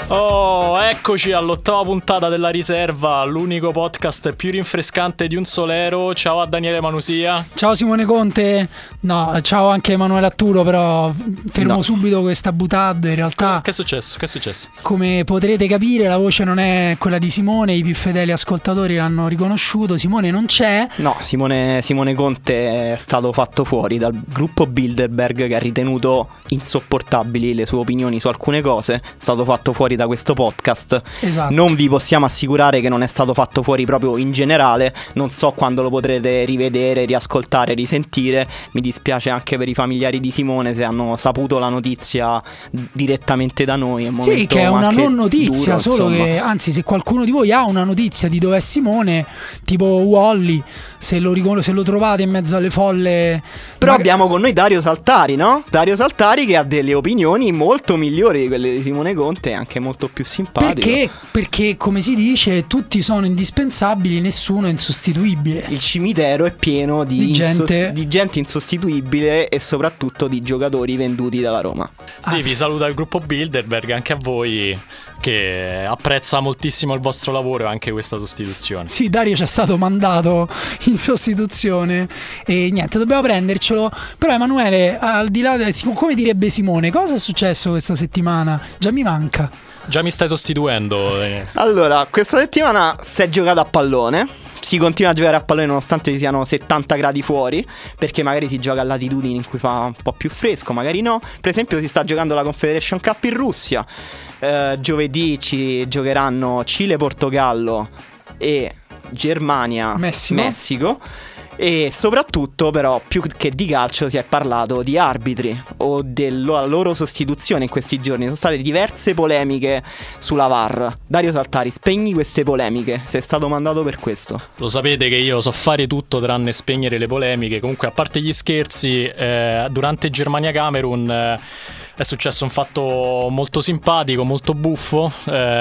Oh, eccoci all'8ª puntata della Riserva, l'unico podcast più rinfrescante di un solero. Ciao a Daniele Manusia. Ciao Simone Conte. No, ciao anche Emanuele Atturo, però fermo subito questa butade. In realtà Che è successo? Che è successo? Come potrete capire, la voce non è quella di Simone. I più fedeli ascoltatori l'hanno riconosciuto. Simone non c'è. No, Simone Conte è stato fatto fuori dal gruppo Bilderberg, che ha ritenuto insopportabili le sue opinioni su alcune cose. È stato fatto fuori da questo podcast. Esatto. Non vi possiamo assicurare che non è stato fatto fuori proprio in generale. Non so quando lo potrete rivedere, riascoltare, risentire. Mi dispiace anche per i familiari di Simone se hanno saputo la notizia direttamente da noi. È un Sì, che è una non notizia, duro, solo insomma. che, anzi, se qualcuno di voi ha una notizia di dove è Simone, tipo Wally, se lo trovate in mezzo alle folle. Però abbiamo con noi Dario Saltari, no? Dario Saltari che ha delle opinioni molto migliori di quelle di Simone Conte, anche molto più simpatico. Perché come si dice, tutti sono indispensabili, nessuno è insostituibile. Il cimitero è pieno di gente insostituibile e soprattutto di giocatori venduti dalla Roma. Sì, vi saluta il gruppo Bilderberg, anche a voi che apprezza moltissimo il vostro lavoro e anche questa sostituzione. Sì, Dario ci è stato mandato in sostituzione e niente, dobbiamo prendercelo. Però Emanuele, al di là come direbbe Simone, cosa è successo questa settimana? Già mi manca. Già mi stai sostituendo. Allora, questa settimana si è giocato a pallone. Si continua a giocare a pallone nonostante ci siano 70 gradi fuori, perché magari si gioca a latitudini in cui fa un po' più fresco, magari no. Per esempio si sta giocando la Confederation Cup in Russia. Giovedì ci giocheranno Cile, Portogallo e Germania, Messico. E soprattutto, però, più che di calcio si è parlato di arbitri o della loro sostituzione in questi giorni. Sono state diverse polemiche sulla VAR. Dario Saltari, spegni queste polemiche, sei stato mandato per questo. Lo sapete che io so fare tutto tranne spegnere le polemiche. Comunque, a parte gli scherzi, durante Germania-Camerun è successo un fatto molto simpatico, molto buffo,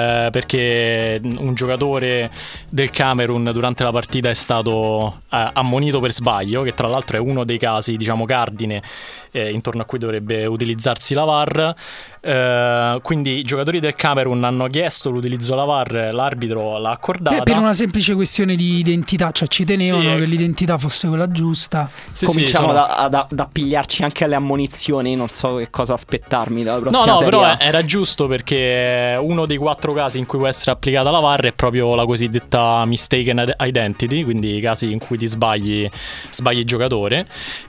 perché un giocatore del Camerun durante la partita è stato ammonito per sbaglio, che tra l'altro è uno dei casi, diciamo, cardine intorno a cui dovrebbe utilizzarsi la VAR. Quindi i giocatori del Camerun hanno chiesto l'utilizzo della VAR, l'arbitro l'ha accordata per una semplice questione di identità, cioè ci tenevano che l'identità fosse quella giusta. Cominciamo ad appigliarci anche alle ammonizioni. Non so che cosa aspettarmi dalla prossima Serie però A. era giusto, perché uno dei 4 casi in cui può essere applicata la VAR è proprio la cosiddetta mistaken identity, quindi i casi in cui ti sbagli giocatore.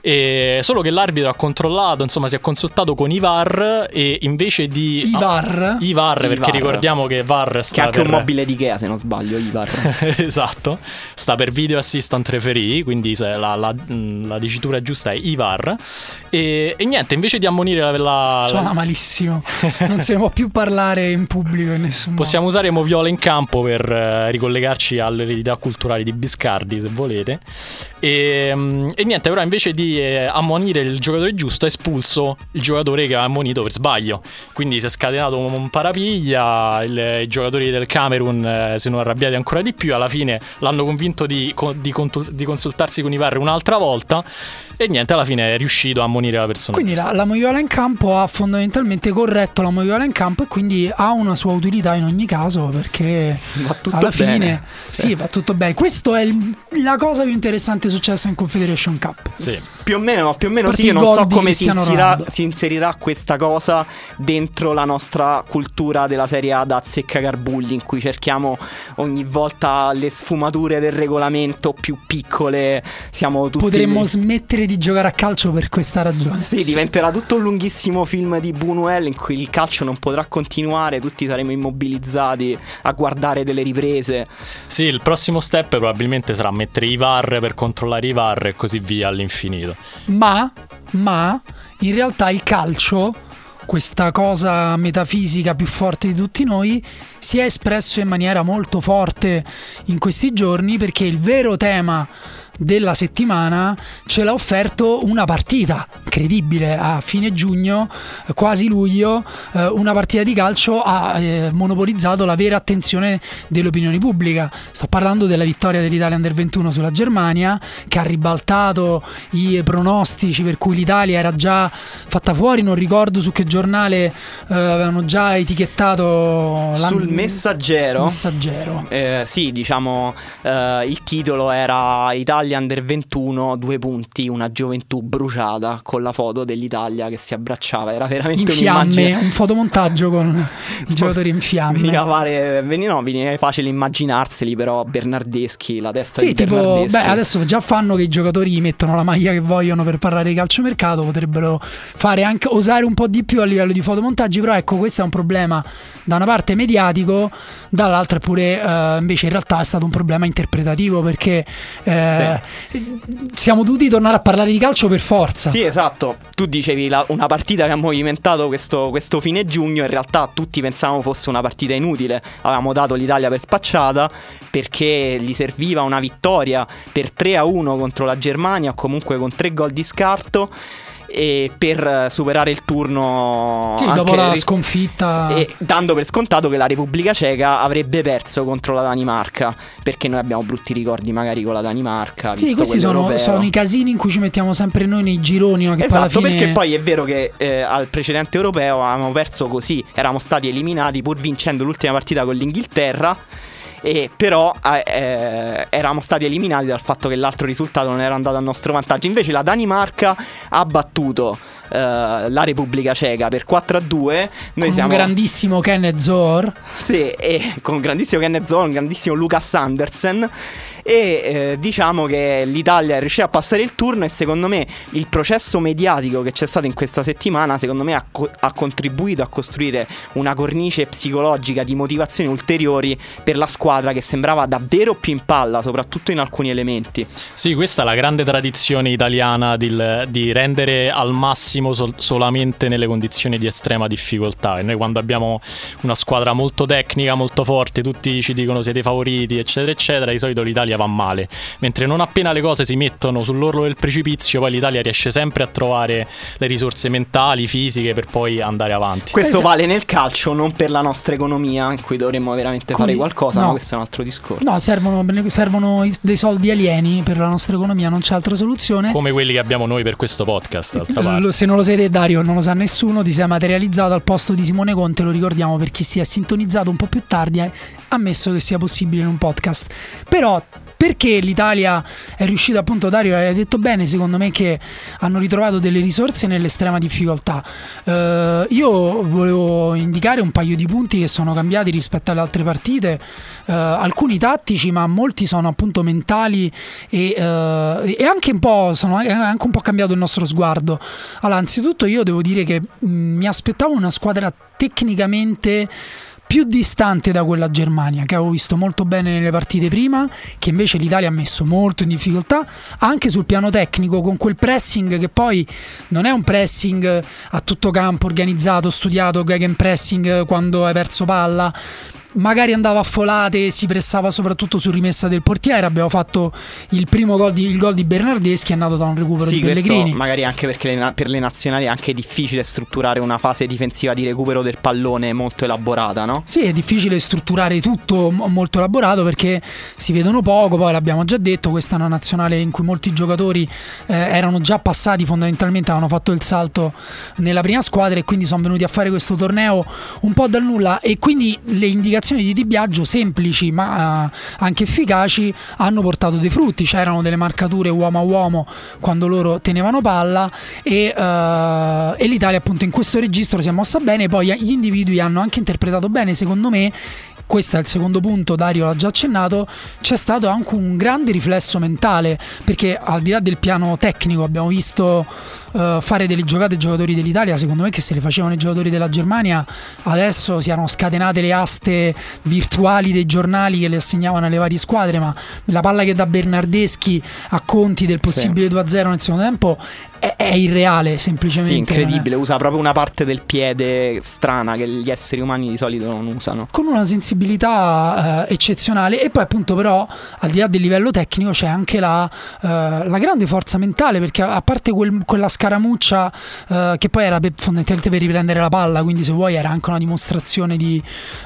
E solo che l'arbitro ha controllato, insomma si è consultato con i VAR, e invece di i VAR, perché ricordiamo che VAR sta che è anche per un mobile di Ikea, se non sbaglio, i VAR. esatto, sta per Video Assistant Referee, quindi la dicitura giusta è i VAR. E niente, invece di ammonire suona malissimo. Non se ne può più parlare in pubblico in nessun modo. Possiamo usare Moviola in campo per ricollegarci alle eredità culturali di Biscardi, se volete. E niente, però invece di ammonire il giocatore giusto, ha espulso il giocatore che ha ammonito per sbaglio. Quindi si è scatenato un parapiglia. I giocatori del Camerun si sono arrabbiati ancora di più. Alla fine l'hanno convinto di consultarsi con i VAR un'altra volta. E niente, alla fine è riuscito a ammonire la persona. Quindi la moviola in campo ha fondamentalmente corretto la moviola in campo, e quindi ha una sua utilità in ogni caso, perché va tutto alla bene. Fine sì, va tutto bene. Questo è la cosa più interessante successa in Confederation Cup. Sì. Più o meno sì. Io non so come si inserirà questa cosa dentro la nostra cultura della Serie A da azzeccagarbugli, in cui cerchiamo ogni volta le sfumature del regolamento più piccole. Potremmo smettere di giocare a calcio per questa ragione. Sì, diventerà tutto un lunghissimo film di Buñuel in cui il calcio non potrà continuare, tutti saremo immobilizzati a guardare delle riprese. Sì, il prossimo step probabilmente sarà mettere i VAR per controllare i VAR e così via all'infinito. Ma in realtà il calcio, questa cosa metafisica più forte di tutti noi, si è espresso in maniera molto forte in questi giorni, perché il vero tema della settimana ce l'ha offerto una partita incredibile a fine giugno, quasi luglio. Una partita di calcio ha monopolizzato la vera attenzione dell'opinione pubblica. Sto parlando della vittoria dell'Italia Under 21 sulla Germania, che ha ribaltato i pronostici per cui l'Italia era già fatta fuori. Non ricordo su che giornale avevano già etichettato sul Messaggero. Sì, diciamo il titolo era Italia Under 21, 2 punti, una gioventù bruciata, con la foto dell'Italia che si abbracciava. Era veramente in fiamme, un fotomontaggio con i giocatori in fiamme. Veniva facile immaginarseli, però Bernardeschi, la testa sì, di tipo, Bernardeschi. Adesso già fanno che i giocatori mettono la maglia che vogliono per parlare di calciomercato, potrebbero fare anche, osare un po' di più a livello di fotomontaggi, però ecco, questo è un problema da una parte mediatico, dall'altra pure invece in realtà è stato un problema interpretativo, perché siamo dovuti tornare a parlare di calcio per forza. Sì, esatto. Tu dicevi una partita che ha movimentato questo fine giugno, in realtà tutti pensavamo fosse una partita inutile. Avevamo dato l'Italia per spacciata perché gli serviva una vittoria per 3-1 contro la Germania, o comunque con 3 gol di scarto, e per superare il turno, sì, dopo la sconfitta, e dando per scontato che la Repubblica Ceca avrebbe perso contro la Danimarca, perché noi abbiamo brutti ricordi magari con la Danimarca. Sì, questi sono i casini in cui ci mettiamo sempre noi nei gironi, no? Che esatto, poi alla fine... perché poi è vero che al precedente europeo avevamo perso così, eravamo stati eliminati pur vincendo l'ultima partita con l'Inghilterra, e però eravamo stati eliminati dal fatto che l'altro risultato non era andato a nostro vantaggio. Invece la Danimarca ha battuto la Repubblica Ceca per 4-2. Con un grandissimo Kenneth Zohr. Sì, e con un grandissimo Kenneth Zohr, un grandissimo Lucas Andersen. E diciamo che l'Italia è riuscita a passare il turno, e secondo me il processo mediatico che c'è stato in questa settimana, secondo me ha contribuito a costruire una cornice psicologica di motivazioni ulteriori per la squadra, che sembrava davvero più in palla, soprattutto in alcuni elementi. Sì, questa è la grande tradizione italiana di rendere al massimo solamente nelle condizioni di estrema difficoltà, e noi quando abbiamo una squadra molto tecnica, molto forte, tutti ci dicono siete favoriti eccetera eccetera, di solito l'Italia va male, mentre non appena le cose si mettono sull'orlo del precipizio, poi l'Italia riesce sempre a trovare le risorse mentali, fisiche, per poi andare avanti. Questo vale nel calcio, non per la nostra economia, in cui dovremmo veramente fare qualcosa, ma questo è un altro discorso. No, servono dei soldi alieni per la nostra economia, non c'è altra soluzione. Come quelli che abbiamo noi per questo podcast, d'altra parte. Se non lo siete, Dario, non lo sa nessuno, ti sei materializzato al posto di Simone Conte, lo ricordiamo per chi si è sintonizzato un po' più tardi, ammesso che sia possibile in un podcast. Però perché l'Italia è riuscita, appunto, Dario hai detto bene, secondo me, che hanno ritrovato delle risorse nell'estrema difficoltà. Io volevo indicare un paio di punti che sono cambiati rispetto alle altre partite, alcuni tattici, ma molti sono appunto mentali, e anche un po' anche un po' cambiato il nostro sguardo. Allora, anzitutto io devo dire che mi aspettavo una squadra tecnicamente più distante da quella Germania, che avevo visto molto bene nelle partite prima, che invece l'Italia ha messo molto in difficoltà anche sul piano tecnico, con quel pressing che poi non è un pressing a tutto campo organizzato, studiato, gegenpressing quando hai perso palla. Magari andava a folate, si pressava soprattutto su rimessa del portiere. Abbiamo fatto il primo gol il gol di Bernardeschi, è nato da un recupero di Pellegrini. Magari anche perché per le nazionali è anche difficile strutturare una fase difensiva di recupero del pallone molto elaborata, no? Sì, è difficile strutturare tutto molto elaborato, perché si vedono poco. Poi l'abbiamo già detto, questa è una nazionale in cui molti giocatori erano già passati, fondamentalmente avevano fatto il salto nella prima squadra, e quindi sono venuti a fare questo torneo un po' dal nulla, e quindi le indicazioni di Di Biagio, semplici ma anche efficaci, hanno portato dei frutti. C'erano delle marcature uomo a uomo quando loro tenevano palla, e l'Italia appunto in questo registro si è mossa bene. Poi gli individui hanno anche interpretato bene, secondo me. Questo è il secondo punto, Dario l'ha già accennato. C'è stato anche un grande riflesso mentale, perché al di là del piano tecnico abbiamo visto fare delle giocate ai giocatori dell'Italia, secondo me, che se le facevano i giocatori della Germania adesso si erano scatenate le aste virtuali dei giornali che le assegnavano alle varie squadre. Ma la palla che dà Bernardeschi a Conti del possibile 2-0 nel secondo tempo è irreale semplicemente. Sì, incredibile, usa proprio una parte del piede strana che gli esseri umani di solito non usano. Con una sensibilità eccezionale. E poi appunto però al di là del livello tecnico c'è anche la grande forza mentale, perché a parte quella scaramuccia che poi era fondamentalmente per riprendere la palla, quindi se vuoi era anche una dimostrazione di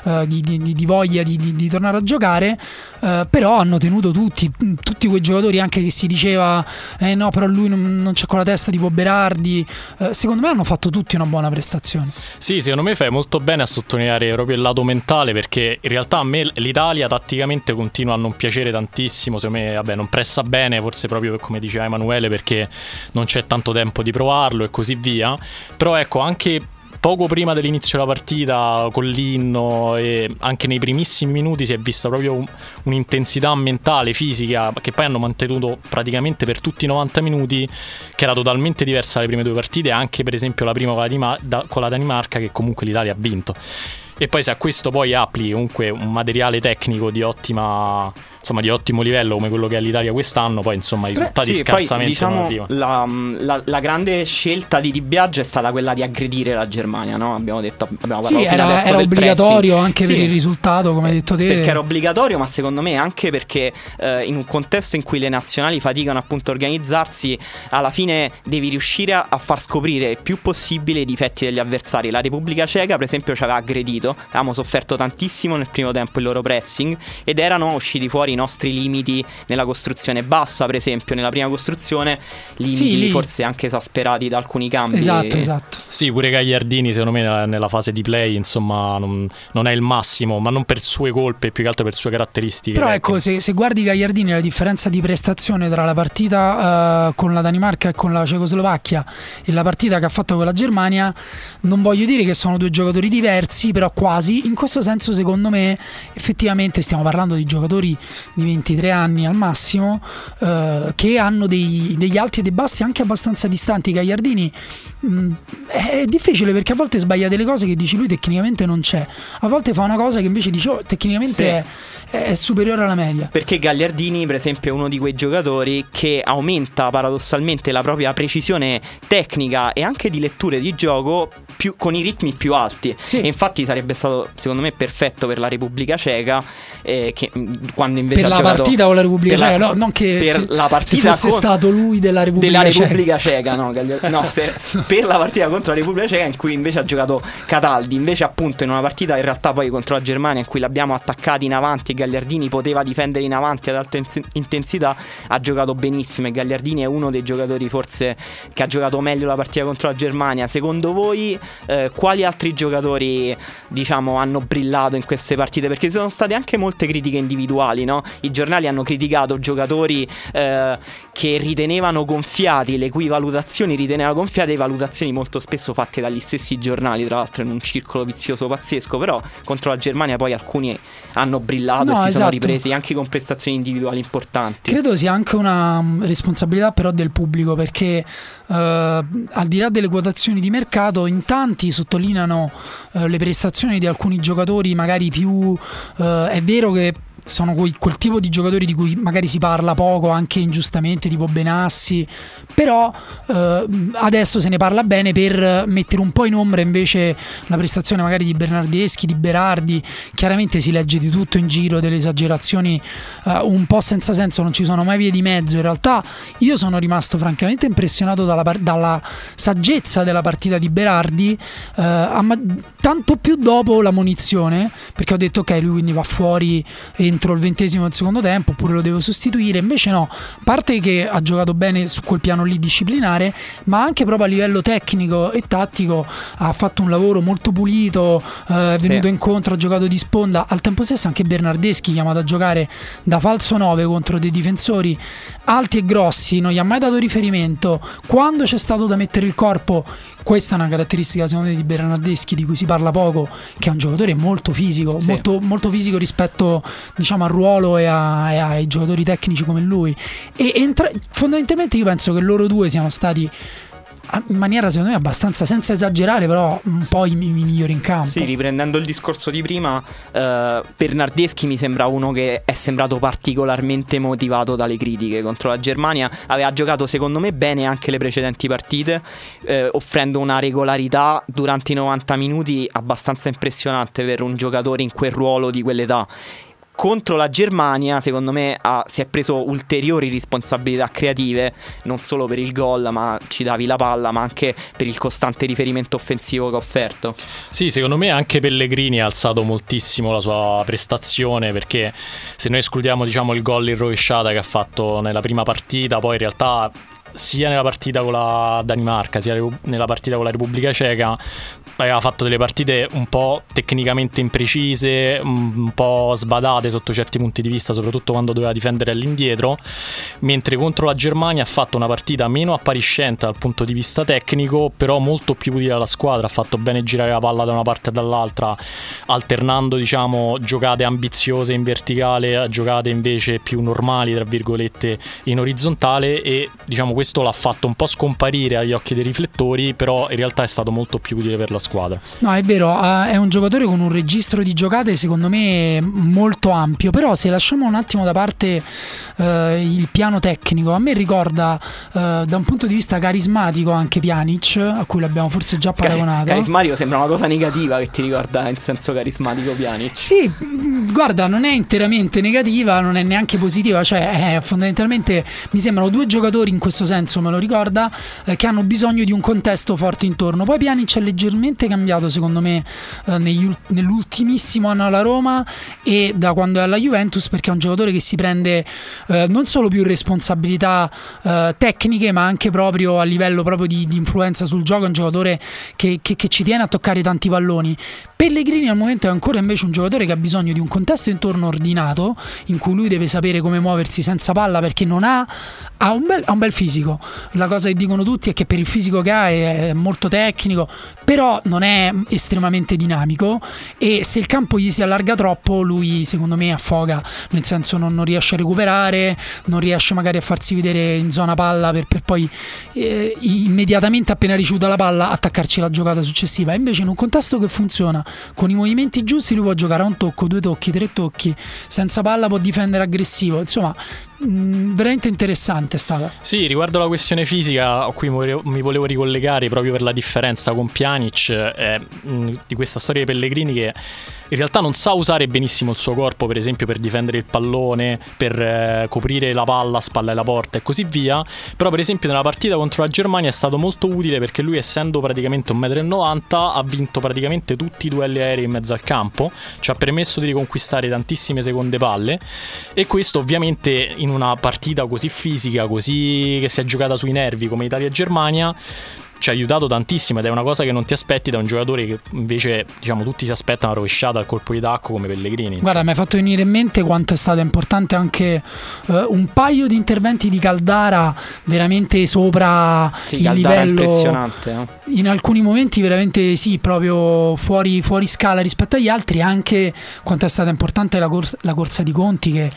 voglia di tornare a giocare, però hanno tenuto tutti quei giocatori, anche che si diceva no però lui non c'è con la testa tipo Berardi, secondo me hanno fatto tutti una buona prestazione. Sì, secondo me fai molto bene a sottolineare proprio il lato mentale, perché in realtà a me l'Italia tatticamente continua a non piacere tantissimo. Secondo me non pressa bene, forse proprio come diceva Emanuele, perché non c'è tanto tempo di provarlo e così via. Però ecco, anche poco prima dell'inizio della partita, con l'inno e anche nei primissimi minuti, si è vista proprio un'intensità mentale, fisica, che poi hanno mantenuto praticamente per tutti i 90 minuti, che era totalmente diversa dalle prime due partite, anche per esempio la prima con la Danimarca, che comunque l'Italia ha vinto. E poi se a questo poi applichi comunque un materiale tecnico di ottimo livello come quello che è l'Italia quest'anno, poi insomma i risultati scarsamente poi, non arrivano. La grande scelta di Di Biagio è stata quella di aggredire la Germania, no? Abbiamo parlato fino adesso era del obbligatorio pressing. anche per il risultato, come hai detto te. Perché era obbligatorio, ma secondo me anche perché in un contesto in cui le nazionali faticano appunto a organizzarsi, alla fine devi riuscire a far scoprire il più possibile i difetti degli avversari. La Repubblica Ceca per esempio ci aveva aggredito, avevamo sofferto tantissimo nel primo tempo il loro pressing ed erano usciti fuori i nostri limiti nella costruzione bassa, per esempio nella prima costruzione limiti forse anche esasperati da alcuni cambi. Esatto. Sì, pure Gagliardini secondo me nella fase di play insomma non è il massimo, ma non per sue colpe, più che altro per sue caratteristiche. Però ecco, se guardi Gagliardini, la differenza di prestazione tra la partita con la Danimarca e con la Cecoslovacchia e la partita che ha fatto con la Germania, non voglio dire che sono due giocatori diversi, però quasi. In questo senso secondo me effettivamente stiamo parlando di giocatori di 23 anni al massimo, che hanno degli alti e dei bassi anche abbastanza distanti. Gagliardini è difficile perché a volte sbaglia delle cose che dici lui tecnicamente non c'è, a volte fa una cosa che invece dici tecnicamente è superiore alla media. Perché Gagliardini per esempio è uno di quei giocatori che aumenta paradossalmente la propria precisione tecnica e anche di letture di gioco con i ritmi più alti. E infatti sarebbe stato secondo me perfetto per la Repubblica Ceca, che quando invece per ha la giocato partita con la Repubblica Ceca, no, non che per la partita se fosse stato lui della Repubblica Ceca, no, per la partita contro la Repubblica Ceca in cui invece ha giocato Cataldi. Invece appunto in una partita in realtà poi contro la Germania in cui l'abbiamo attaccati in avanti e Gagliardini poteva difendere in avanti ad alta intensità, ha giocato benissimo. E Gagliardini è uno dei giocatori forse che ha giocato meglio la partita contro la Germania. Secondo voi quali altri giocatori diciamo hanno brillato in queste partite? Perché ci sono state anche molte critiche individuali, no? I giornali hanno criticato giocatori che ritenevano gonfiati, le cui valutazioni ritenevano gonfiate, valutazioni molto spesso fatte dagli stessi giornali, tra l'altro in un circolo vizioso pazzesco. Però contro la Germania poi alcuni hanno brillato e si sono ripresi anche con prestazioni individuali importanti. Credo sia anche una responsabilità però del pubblico, perché al di là delle quotazioni di mercato, in tanti sottolineano le prestazioni di alcuni giocatori magari più è vero che sono quel tipo di giocatori di cui magari si parla poco, anche ingiustamente, tipo Benassi, però adesso se ne parla bene per mettere un po' in ombra invece la prestazione magari di Bernardeschi, di Berardi. Chiaramente si legge di tutto in giro, delle esagerazioni un po' senza senso, non ci sono mai vie di mezzo. In realtà io sono rimasto francamente impressionato dalla saggezza della partita di Berardi, tanto più dopo la munizione, perché ho detto ok, lui quindi va fuori entro il 20° del secondo tempo oppure lo devo sostituire. Invece no, a parte che ha giocato bene su quel piano lì disciplinare, ma anche proprio a livello tecnico e tattico ha fatto un lavoro molto pulito, è venuto incontro, ha giocato di sponda. Al tempo stesso anche Bernardeschi, chiamato a giocare da falso 9 contro dei difensori alti e grossi, non gli ha mai dato riferimento. Quando c'è stato da mettere il corpo, questa è una caratteristica secondo me di Bernardeschi di cui si parla poco, che è un giocatore molto fisico, molto, molto fisico rispetto diciamo al ruolo e ai giocatori tecnici come lui. E fondamentalmente io penso che loro due siano stati in maniera secondo me abbastanza, senza esagerare, però un po' i migliori in campo. Sì, riprendendo il discorso di prima, Bernardeschi mi sembra uno che è sembrato particolarmente motivato dalle critiche contro la Germania. Aveva giocato secondo me bene anche le precedenti partite, offrendo una regolarità durante i 90 minuti abbastanza impressionante per un giocatore in quel ruolo di quell'età. Contro la Germania secondo me si è preso ulteriori responsabilità creative, non solo per il gol, ma ci davi la palla, ma anche per il costante riferimento offensivo che ha offerto. Sì, secondo me anche Pellegrini ha alzato moltissimo la sua prestazione, perché se noi escludiamo il gol in rovesciata che ha fatto nella prima partita, poi in realtà sia nella partita con la Danimarca sia nella partita con la Repubblica Ceca aveva fatto delle partite un po' tecnicamente imprecise, un po' sbadate sotto certi punti di vista, soprattutto quando doveva difendere all'indietro, mentre contro la Germania ha fatto una partita meno appariscente dal punto di vista tecnico, però molto più utile alla squadra. Ha fatto bene girare la palla da una parte e dall'altra, alternando giocate ambiziose in verticale a giocate invece più normali tra virgolette in orizzontale, e questo l'ha fatto un po' scomparire agli occhi dei riflettori, però in realtà è stato molto più utile per la squadra. No, è vero, è un giocatore con un registro di giocate secondo me molto ampio, però se lasciamo un attimo da parte il piano tecnico, a me ricorda da un punto di vista carismatico anche Pjanic, a cui l'abbiamo forse già paragonato. Carismatico sembra una cosa negativa che ti ricorda in senso carismatico Pjanic. Sì, guarda, non è interamente negativa, non è neanche positiva, cioè fondamentalmente mi sembrano due giocatori, in questo senso me lo ricorda, che hanno bisogno di un contesto forte intorno. Poi Pjanic è leggermente cambiato secondo me nell'ultimissimo anno alla Roma e da quando è alla Juventus, perché è un giocatore che si prende non solo più responsabilità tecniche, ma anche proprio a livello proprio di influenza sul gioco. È un giocatore che ci tiene a toccare tanti palloni. Pellegrini al momento è ancora invece un giocatore che ha bisogno di un contesto intorno ordinato, in cui lui deve sapere come muoversi senza palla, perché non ha un bel fisico. La cosa che dicono tutti è che per il fisico che ha è molto tecnico, però non è estremamente dinamico, e se il campo gli si allarga troppo lui secondo me affoga, nel senso non riesce a recuperare, non riesce magari a farsi vedere in zona palla per poi immediatamente appena ricevuta la palla attaccarci la giocata successiva. Invece in un contesto che funziona con i movimenti giusti lui può giocare a un tocco, due tocchi, tre tocchi, senza palla può difendere aggressivo, insomma veramente interessante è stata. Sì, riguardo la questione fisica a cui mi volevo ricollegare proprio per la differenza con Pjanic, di questa storia di Pellegrini, che in realtà non sa usare benissimo il suo corpo, per esempio per difendere il pallone, per coprire la palla a spalla della porta e così via. Però per esempio nella partita contro la Germania è stato molto utile, perché lui, essendo praticamente 1,90 m, ha vinto praticamente tutti i duelli aerei in mezzo al campo, ci ha permesso di riconquistare tantissime seconde palle, e questo ovviamente in una partita così fisica, così che si è giocata sui nervi come Italia-Germania, ci ha aiutato tantissimo, ed è una cosa che non ti aspetti da un giocatore che invece tutti si aspettano una rovesciata al colpo di tacco come Pellegrini. Guarda, mi hai fatto venire in mente quanto è stato importante anche un paio di interventi di Caldara veramente sopra il livello, impressionante, in alcuni momenti veramente proprio fuori scala rispetto agli altri. Anche quanto è stata importante la corsa di Conti, che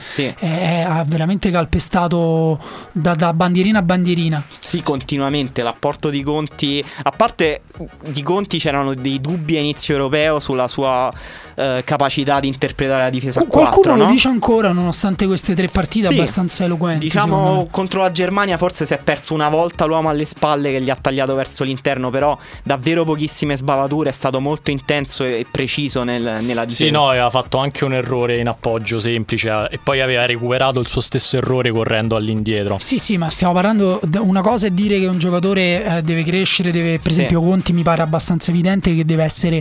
ha veramente calpestato da bandierina a bandierina. Sì, continuamente l'apporto di Conti. A parte di Conti c'erano dei dubbi a inizio europeo sulla sua capacità di interpretare la difesa a 4. Qualcuno lo dice ancora nonostante queste 3 partite abbastanza eloquenti. Contro la Germania forse si è perso una volta l'uomo alle spalle che gli ha tagliato verso l'interno, però davvero pochissime sbavature, è stato molto intenso e preciso nella difesa. Sì, aveva fatto anche un errore in appoggio semplice e poi aveva recuperato il suo stesso errore correndo all'indietro. Sì, ma stiamo parlando, una cosa è dire che un giocatore deve crescere, per esempio Conti mi pare abbastanza evidente che deve essere,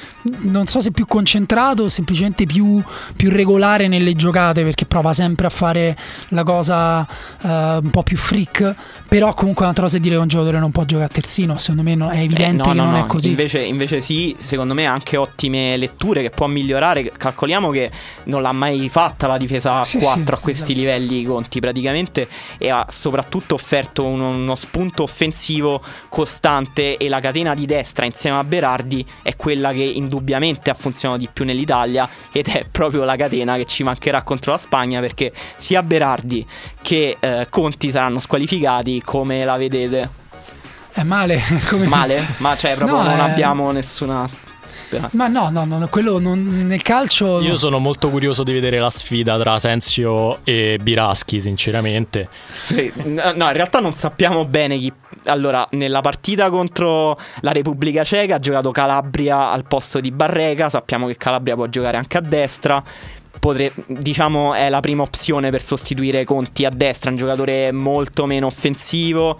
non so se più concentrato o semplicemente più regolare nelle giocate, perché prova sempre a fare la cosa un po' più freak. Però comunque un'altra cosa è dire che un giocatore non può giocare a terzino, secondo me è evidente che non è così. Invece sì, secondo me ha anche ottime letture che può migliorare. Calcoliamo che non l'ha mai fatta la difesa a 4 a questi livelli Conti praticamente, e ha soprattutto offerto uno spunto offensivo costante, e la catena di destra insieme a Berardi è quella che indubbiamente ha funzionato di più nell'Italia, ed è proprio la catena che ci mancherà contro la Spagna, perché sia Berardi che Conti saranno squalificati. Come la vedete? È male. Come... Male? Ma cioè proprio No, non abbiamo nessuna... Ma no, quello nel calcio. Io sono molto curioso di vedere la sfida tra Asensio e Biraschi, sinceramente. Sì. No, in realtà non sappiamo bene chi. Allora, nella partita contro la Repubblica Ceca ha giocato Calabria al posto di Barreca. Sappiamo che Calabria può giocare anche a destra. Diciamo è la prima opzione per sostituire Conti a destra, un giocatore molto meno offensivo,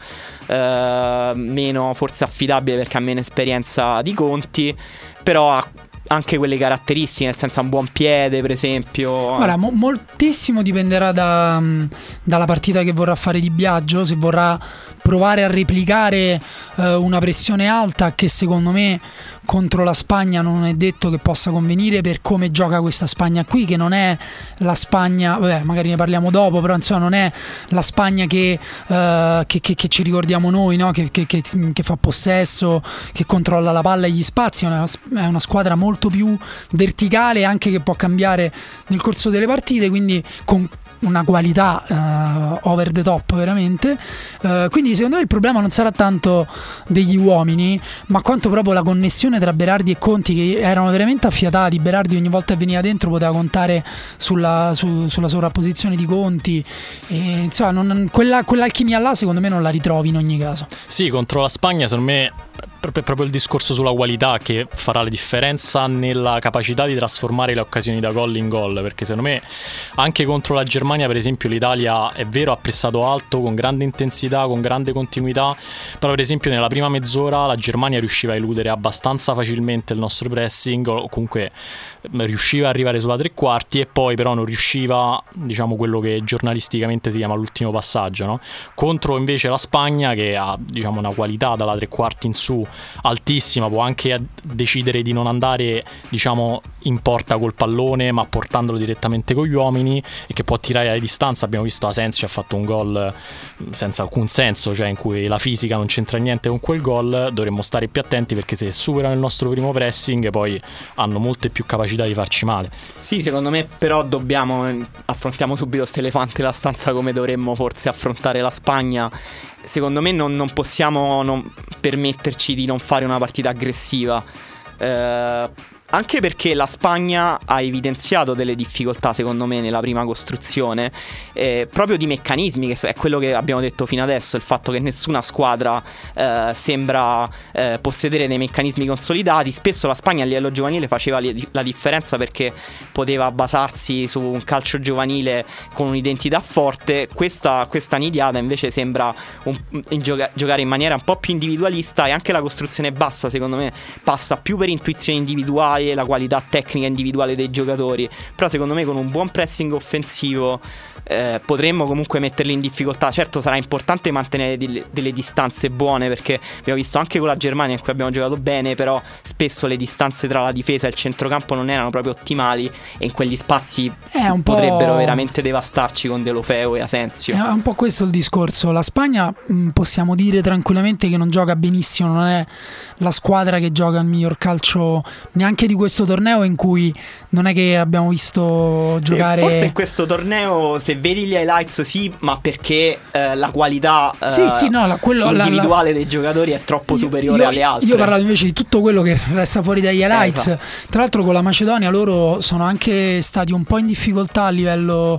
meno forse affidabile perché ha meno esperienza di Conti, però ha anche quelle caratteristiche, nel senso ha un buon piede, per esempio. Guarda, moltissimo dipenderà dalla partita che vorrà fare Di Biagio, se vorrà provare a replicare una pressione alta che secondo me contro la Spagna non è detto che possa convenire per come gioca questa Spagna qui, che non è la Spagna, vabbè, magari ne parliamo dopo, però insomma non è la Spagna che ci ricordiamo noi, no? che fa possesso, che controlla la palla e gli spazi. È una squadra molto più verticale, anche che può cambiare nel corso delle partite, quindi con una qualità over the top veramente, quindi secondo me il problema non sarà tanto degli uomini, ma quanto proprio la connessione tra Berardi e Conti, che erano veramente affiatati. Berardi ogni volta che veniva dentro poteva contare sulla sovrapposizione di Conti, e insomma quell'alchimia là secondo me non la ritrovi in ogni caso. Sì, contro la Spagna secondo me proprio il discorso sulla qualità che farà la differenza nella capacità di trasformare le occasioni da gol in gol, perché secondo me anche contro la Germania per esempio l'Italia è vero ha pressato alto con grande intensità, con grande continuità, però per esempio nella prima mezz'ora la Germania riusciva a eludere abbastanza facilmente il nostro pressing, o comunque riusciva ad arrivare sulla tre quarti, e poi però non riusciva, diciamo, quello che giornalisticamente si chiama l'ultimo passaggio, no? Contro invece la Spagna, che ha, diciamo, una qualità dalla tre quarti in su altissima, può anche decidere di non andare, diciamo, in porta col pallone ma portandolo direttamente con gli uomini, e che può tirare a distanza. Abbiamo visto Asensio ha fatto un gol senza alcun senso, cioè in cui la fisica non c'entra niente con quel gol. Dovremmo stare più attenti, perché se superano il nostro primo pressing poi hanno molte più capacità di farci male. Sì, secondo me però affrontiamo subito ste elefante nella stanza, come dovremmo forse affrontare la Spagna. Secondo me non possiamo permetterci di non fare una partita aggressiva, anche perché la Spagna ha evidenziato delle difficoltà secondo me nella prima costruzione, proprio di meccanismi, che è quello che abbiamo detto fino adesso, il fatto che nessuna squadra sembra possedere dei meccanismi consolidati. Spesso la Spagna a livello giovanile faceva la differenza perché poteva basarsi su un calcio giovanile con un'identità forte. Questa nidiata invece sembra giocare in maniera un po' più individualista, e anche la costruzione bassa secondo me passa più per intuizione individuale, la qualità tecnica individuale dei giocatori. Però secondo me con un buon pressing offensivo potremmo comunque metterli in difficoltà. Certo sarà importante mantenere delle distanze buone, perché abbiamo visto anche con la Germania in cui abbiamo giocato bene, però spesso le distanze tra la difesa e il centrocampo non erano proprio ottimali, e in quegli spazi potrebbero veramente devastarci con Deulofeu e Asensio. È un po' questo il discorso. La Spagna possiamo dire tranquillamente che non gioca benissimo, non è la squadra che gioca il miglior calcio neanche di questo torneo, in cui non è che abbiamo visto giocare. Forse in questo torneo, se vedi gli highlights, sì, ma perché la qualità individuale dei giocatori è troppo superiore alle altre. Io parlavo invece di tutto quello che resta fuori dagli highlights. Tra l'altro con la Macedonia loro sono anche stati un po' in difficoltà a livello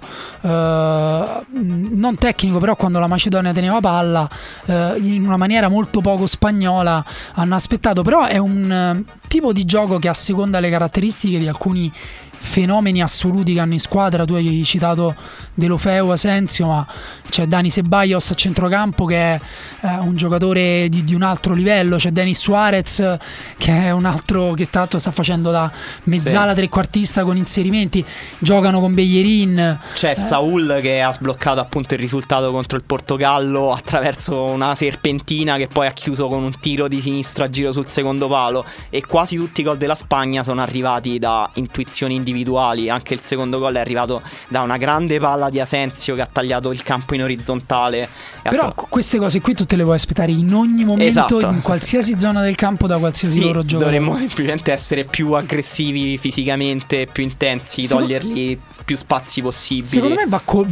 non tecnico, però quando la Macedonia teneva palla in una maniera molto poco spagnola hanno aspettato. Però è un tipo di gioco che asseconda le caratteristiche di alcuni fenomeni assoluti che hanno in squadra. Tu hai citato Deulofeu, Asensio, ma c'è Dani Ceballos a centrocampo che è un giocatore di un altro livello. C'è Denis Suarez che è un altro che tra l'altro sta facendo da mezzala trequartista con inserimenti. Giocano con Bellerin. C'è Saul che ha sbloccato appunto il risultato contro il Portogallo attraverso una serpentina che poi ha chiuso con un tiro di sinistra a giro sul secondo palo. E quasi tutti i gol della Spagna sono arrivati da intuizioni individuali. Anche il secondo gol è arrivato da una grande palla di Asensio che ha tagliato il campo in orizzontale. Però queste cose qui tu te le puoi aspettare in ogni momento, in qualsiasi zona del campo, da qualsiasi loro giocatore. Dovremmo semplicemente essere più aggressivi fisicamente, più intensi, togliergli più spazi possibili. Secondo me va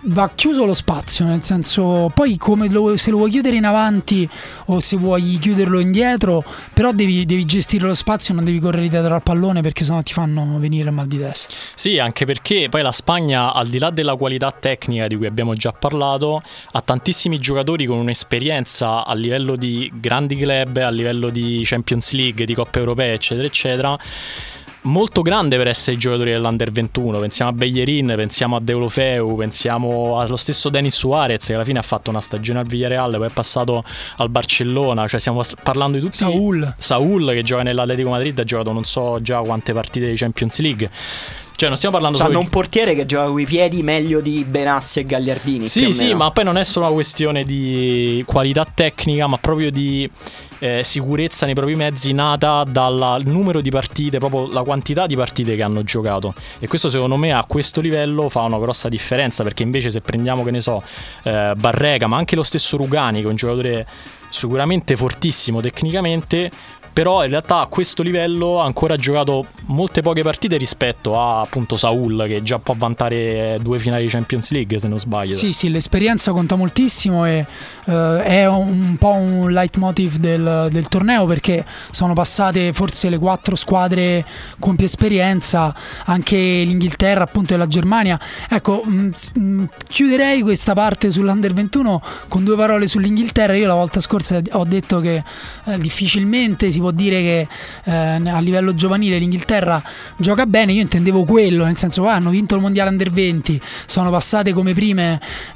va chiuso lo spazio, nel senso, poi se lo vuoi chiudere in avanti o se vuoi chiuderlo indietro, però devi gestire lo spazio, non devi correre dietro al pallone perché sennò ti fanno venire mal di testa. Sì, anche perché poi la Spagna, al di là della qualità tecnica di cui abbiamo già parlato, ha tantissimi giocatori con un'esperienza a livello di grandi club, a livello di Champions League, di Coppe Europee, eccetera eccetera, molto grande per essere i giocatori dell'Under 21. Pensiamo a Bellerin, pensiamo a Deulofeu, pensiamo allo stesso Denis Suarez, che alla fine ha fatto una stagione al Villarreal, poi è passato al Barcellona. Cioè stiamo parlando di tutti. Saúl che gioca nell'Atletico Madrid, ha giocato non so già quante partite di Champions League. Cioè non stiamo parlando solo un portiere che gioca coi piedi meglio di Benassi e Gagliardini. Sì, ma poi non è solo una questione di qualità tecnica, ma proprio di sicurezza nei propri mezzi, nata dal numero di partite, proprio la quantità di partite che hanno giocato. E questo secondo me a questo livello fa una grossa differenza, perché invece se prendiamo, che ne so, Barrega, ma anche lo stesso Rugani, che è un giocatore sicuramente fortissimo tecnicamente, però in realtà a questo livello ha ancora giocato molte poche partite rispetto a appunto Saúl, che già può vantare 2 finali di Champions League se non sbaglio. Sì, l'esperienza conta moltissimo e è un po' un leitmotiv del torneo, perché sono passate forse le 4 squadre con più esperienza, anche l'Inghilterra appunto e la Germania. Ecco, chiuderei questa parte sull'Under 21 con 2 parole sull'Inghilterra. Io la volta scorsa ho detto che difficilmente si può dire che a livello giovanile l'Inghilterra gioca bene. Io intendevo quello, nel senso hanno vinto il mondiale Under 20, sono passate come primi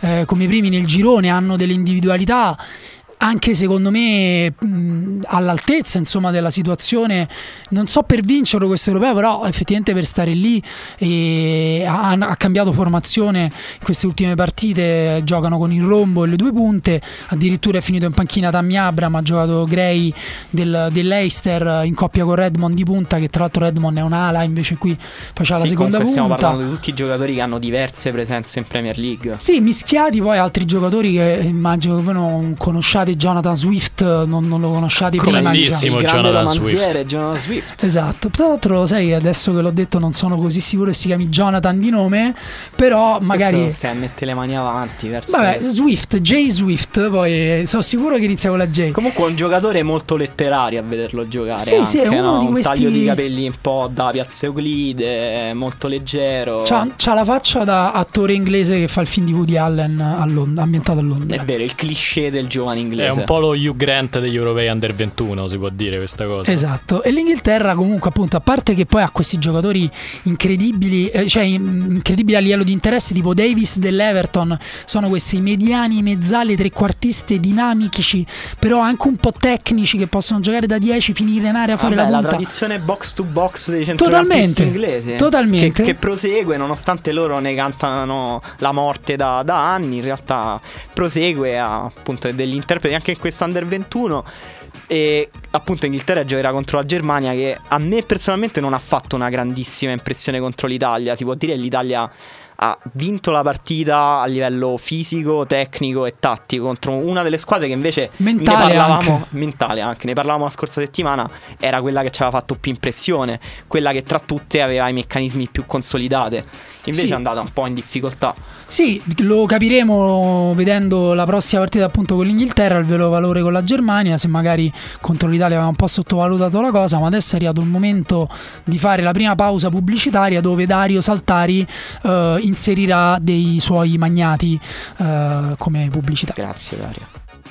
nel girone, hanno delle individualità anche secondo me all'altezza insomma della situazione, non so per vincerlo questo europeo, però effettivamente per stare lì. E ha cambiato formazione in queste ultime partite, giocano con il rombo e le 2 punte, addirittura è finito in panchina Tammy Abraham, ha giocato Gray dell'Leicester in coppia con Redmond di punta, che tra l'altro Redmond è un'ala, invece qui faceva la seconda punta. Stiamo parlando di tutti i giocatori che hanno diverse presenze in Premier League, sì, mischiati poi altri giocatori che immagino che voi non conosciate. Jonathan Swift non lo conosciate prima, grandissimo Jonathan Swift. Esatto, tra l'altro lo sai, adesso che l'ho detto non sono così sicuro che si chiami Jonathan di nome, però magari questo stai a mettere le mani avanti verso Jay Swift, poi sono sicuro che inizia con la J. Comunque un giocatore molto letterario a vederlo giocare, sì, è uno di questi, un taglio di capelli un po' da Piazza Euclide, molto leggero, c'ha la faccia da attore inglese che fa il film di Woody Allen ambientato a Londra. È vero, il cliché del giovane inglese. È un po' lo Hugh Grant degli europei Under 21, si può dire questa cosa. Esatto. E l'Inghilterra comunque appunto, a parte che poi ha questi giocatori incredibili, incredibili a livello di interesse, tipo Davis dell'Everton, sono questi mediani, mezzali, trequartiste dinamici, però anche un po' tecnici, che possono giocare da 10, finire in area, fare la punta. La tradizione box to box dei centrocampisti inglesi, totalmente. Che prosegue, nonostante loro ne cantano la morte da anni, in realtà prosegue appunto degli interpreti anche in questo Under 21. E appunto Inghilterra giocherà contro la Germania, che a me personalmente non ha fatto una grandissima impressione contro l'Italia. Si può dire che l'Italia ha vinto la partita a livello fisico, tecnico e tattico contro una delle squadre che invece mentale anche ne parlavamo la scorsa settimana, era quella che ci aveva fatto più impressione, quella che tra tutte aveva i meccanismi più consolidate. Invece è andata un po' in difficoltà. Sì, lo capiremo vedendo la prossima partita appunto con l'Inghilterra, il vero valore con la Germania, se magari contro l'Italia aveva un po' sottovalutato la cosa. Ma adesso è arrivato il momento di fare la prima pausa pubblicitaria, dove Dario Saltari inserirà dei suoi magnati come pubblicità. Grazie Dario.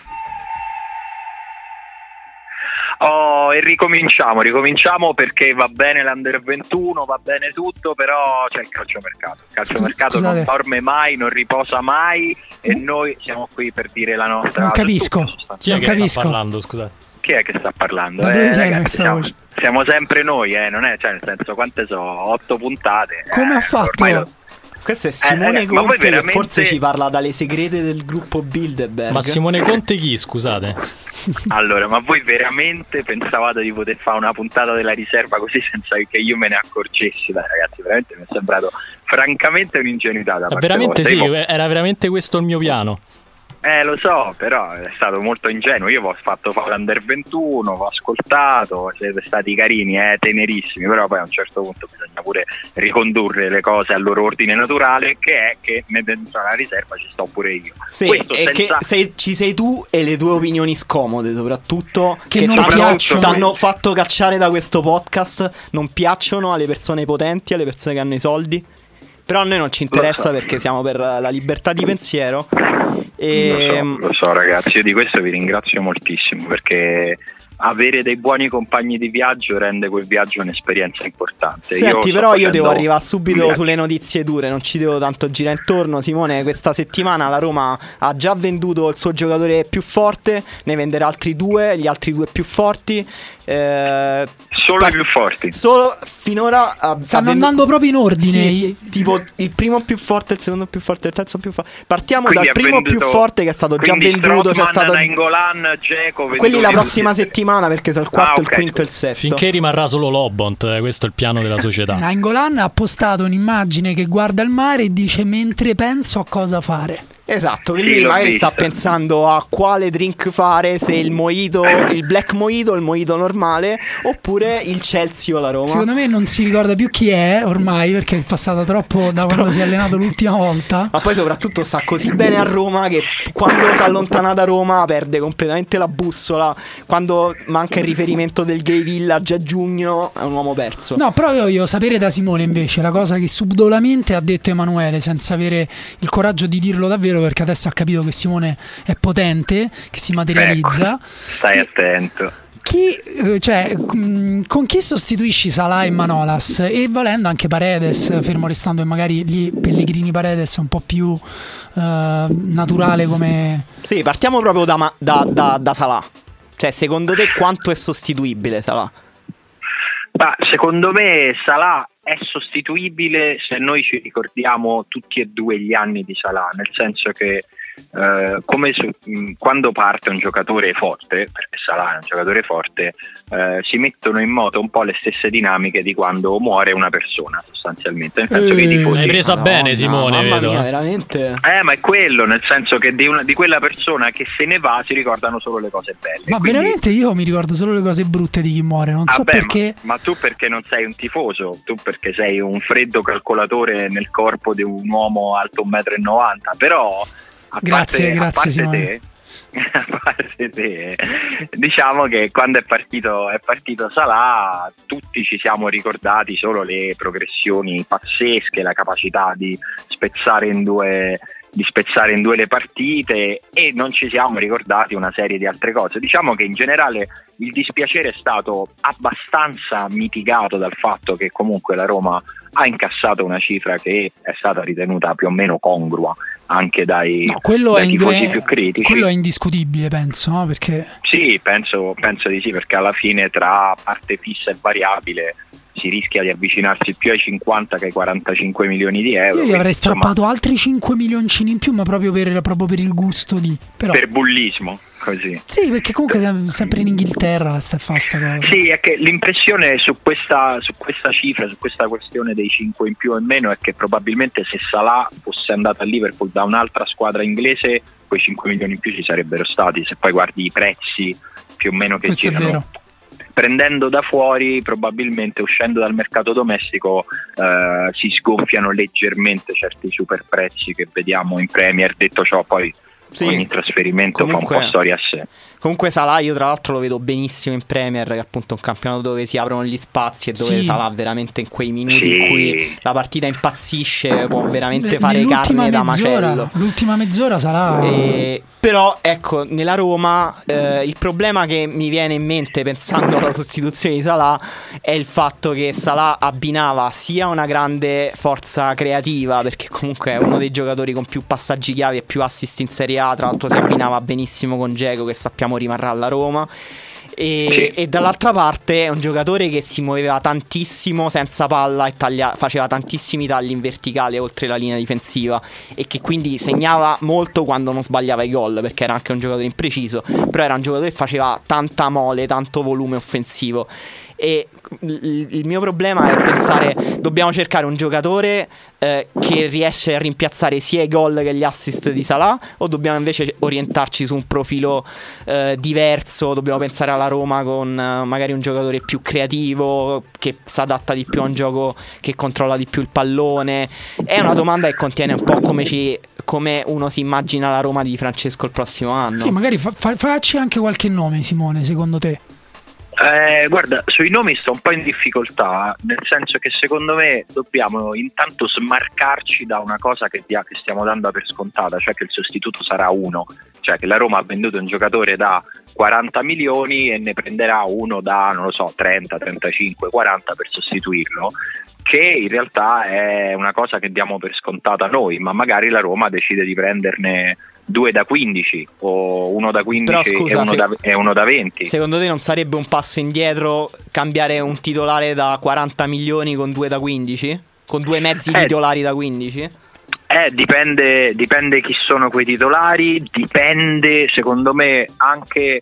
E ricominciamo perché va bene l'Under 21, va bene tutto, però c'è il calciomercato. Il calciomercato non dorme mai, non riposa mai, e noi siamo qui per dire la nostra. Non capisco. Chi è che sta parlando, scusate? Chi è che sta parlando? Ragazzi, siamo sempre noi, non è, cioè nel senso, quante so, 8 puntate. Come ha fatto? Questo è Simone Conte, veramente... che forse ci parla dalle segrete del gruppo Bilderberg. Ma Simone Conte chi, scusate? Allora, ma voi veramente pensavate di poter fare una puntata della riserva così senza che io me ne accorgessi? Dai ragazzi, veramente mi è sembrato francamente un'ingenuità da parte veramente vostra. Sì, era veramente questo il mio piano. Lo so, però è stato molto ingenuo. Io vi ho fatto fare l'Under 21, vi ho ascoltato, siete stati carini, tenerissimi, però poi a un certo punto bisogna pure ricondurre le cose al loro ordine naturale, che è che dentro la riserva ci sto pure io. Sì, e senza... che ci sei tu e le tue opinioni scomode, soprattutto, che non piacciono. T'hanno fatto cacciare da questo podcast, non piacciono alle persone potenti, alle persone che hanno i soldi. Però a noi non ci interessa, perché siamo per la libertà di pensiero. Lo so ragazzi, io di questo vi ringrazio moltissimo, perché avere dei buoni compagni di viaggio rende quel viaggio un'esperienza importante. Senti, però io devo arrivare subito sulle notizie dure, non ci devo tanto girare intorno. Simone, questa settimana la Roma ha già venduto il suo giocatore più forte, ne venderà altri 2, gli altri 2 più forti. Solo i più forti. Solo finora stanno andando proprio in ordine. Sì, tipo il primo più forte, il secondo più forte, il terzo più forte. Partiamo dal primo più forte, che è stato già venduto. C'è stato Nainggolan, Dzeko, quelli la prossima settimana, perché sono il quarto, il quinto e il sesto. Finché rimarrà solo Lobont, questo è il piano della società. Nainggolan ha postato un'immagine che guarda il mare e dice: mentre penso a cosa fare. Esatto, quindi magari sta pensando a quale drink fare, se il mojito, il black mojito, il mojito normale, oppure il Chelsea o la Roma. Secondo me non si ricorda più chi è ormai, perché è passata troppo da quando si è allenato l'ultima volta. Ma poi soprattutto sta così bene a Roma che quando si allontana da Roma perde completamente la bussola. Quando manca il riferimento del Gay Village a giugno è un uomo perso. No, però io voglio sapere da Simone invece la cosa che subdolamente ha detto Emanuele, senza avere il coraggio di dirlo davvero, perché adesso ha capito che Simone è potente, che si materializza. Stai attento. Con chi sostituisci Salah e Manolas? E volendo anche Paredes, fermo restando che magari lì Pellegrini Paredes è un po' più naturale come... Sì, partiamo proprio da Salah. Cioè, secondo te quanto è sostituibile Salah? Secondo me Salah è sostituibile se noi ci ricordiamo tutti e 2 gli anni di Salah, nel senso che quando parte un giocatore forte, perché Salah è un giocatore forte, si mettono in moto un po' le stesse dinamiche di quando muore una persona, sostanzialmente, nel senso che i tifosi... L'hai presa bene, Simone, mamma vedo. Mia, veramente. Ma è quello, nel senso che di quella persona che se ne va si ricordano solo le cose belle. Ma quindi... veramente io mi ricordo solo le cose brutte di chi muore, non so perché. Ma tu perché non sei un tifoso, tu perché sei un freddo calcolatore nel corpo di un uomo alto 1,90 m, però... Grazie Simone. A parte te, diciamo che quando è partito Salah, tutti ci siamo ricordati solo le progressioni pazzesche, la capacità di spezzare in due le partite, e non ci siamo ricordati una serie di altre cose. Diciamo che in generale il dispiacere è stato abbastanza mitigato dal fatto che comunque la Roma ha incassato una cifra che è stata ritenuta più o meno congrua anche dai tifosi più critici. Quello è indiscutibile, penso, no? Perché... Sì, penso di sì, perché alla fine tra parte fissa e variabile si rischia di avvicinarsi più ai 50 che ai 45 milioni di euro. Io gli avrei strappato altri 5 milioncini in più, ma proprio per il gusto di... Però... Per bullismo, così. Sì, perché comunque sempre in Inghilterra sta sta cosa. Sì, è che l'impressione su questa cifra, su questa questione dei 5 in più o in meno, è che probabilmente se Salah fosse andato a Liverpool da un'altra squadra inglese, quei 5 milioni in più ci sarebbero stati, se poi guardi i prezzi più o meno che questo girano. È vero. Prendendo da fuori, probabilmente uscendo dal mercato domestico, si sgonfiano leggermente certi super prezzi che vediamo in Premier. Detto ciò, poi sì, ogni trasferimento fa un po' storia a sé. Comunque Salah io tra l'altro lo vedo benissimo in Premier, che è appunto un campionato dove si aprono gli spazi e dove Salah veramente in quei minuti in cui la partita impazzisce può veramente fare carne da macello. L'ultima mezz'ora Salah... Però ecco, nella Roma il problema che mi viene in mente pensando alla sostituzione di Salah è il fatto che Salah abbinava sia una grande forza creativa, perché comunque è uno dei giocatori con più passaggi chiavi e più assist in Serie A, tra l'altro si abbinava benissimo con Dzeko, che sappiamo rimarrà alla Roma. E dall'altra parte è un giocatore che si muoveva tantissimo senza palla e faceva tantissimi tagli in verticale oltre la linea difensiva, e che quindi segnava molto quando non sbagliava i gol, perché era anche un giocatore impreciso, però era un giocatore che faceva tanta mole, tanto volume offensivo. E il mio problema è pensare, dobbiamo cercare un giocatore che riesce a rimpiazzare sia i gol che gli assist di Salah, o dobbiamo invece orientarci su un profilo diverso? Dobbiamo pensare alla Roma con magari un giocatore più creativo, che si adatta di più a un gioco che controlla di più il pallone? È una domanda che contiene un po' come uno si immagina la Roma di Francesco il prossimo anno. Sì, magari facci anche qualche nome, Simone, secondo te. Guarda, sui nomi sto un po' in difficoltà, nel senso che secondo me dobbiamo intanto smarcarci da una cosa che stiamo dando per scontata, cioè che il sostituto sarà uno, cioè che la Roma ha venduto un giocatore da 40 milioni e ne prenderà uno da, non lo so, 30, 35, 40 per sostituirlo, che in realtà è una cosa che diamo per scontata noi, ma magari la Roma decide di prenderne 2 da 15 o 1 da 15. Però, scusa, e uno da 20. Secondo te non sarebbe un passo indietro cambiare un titolare da 40 milioni con 2 da 15? Con 2 mezzi titolari da 15? Dipende chi sono quei titolari, dipende secondo me anche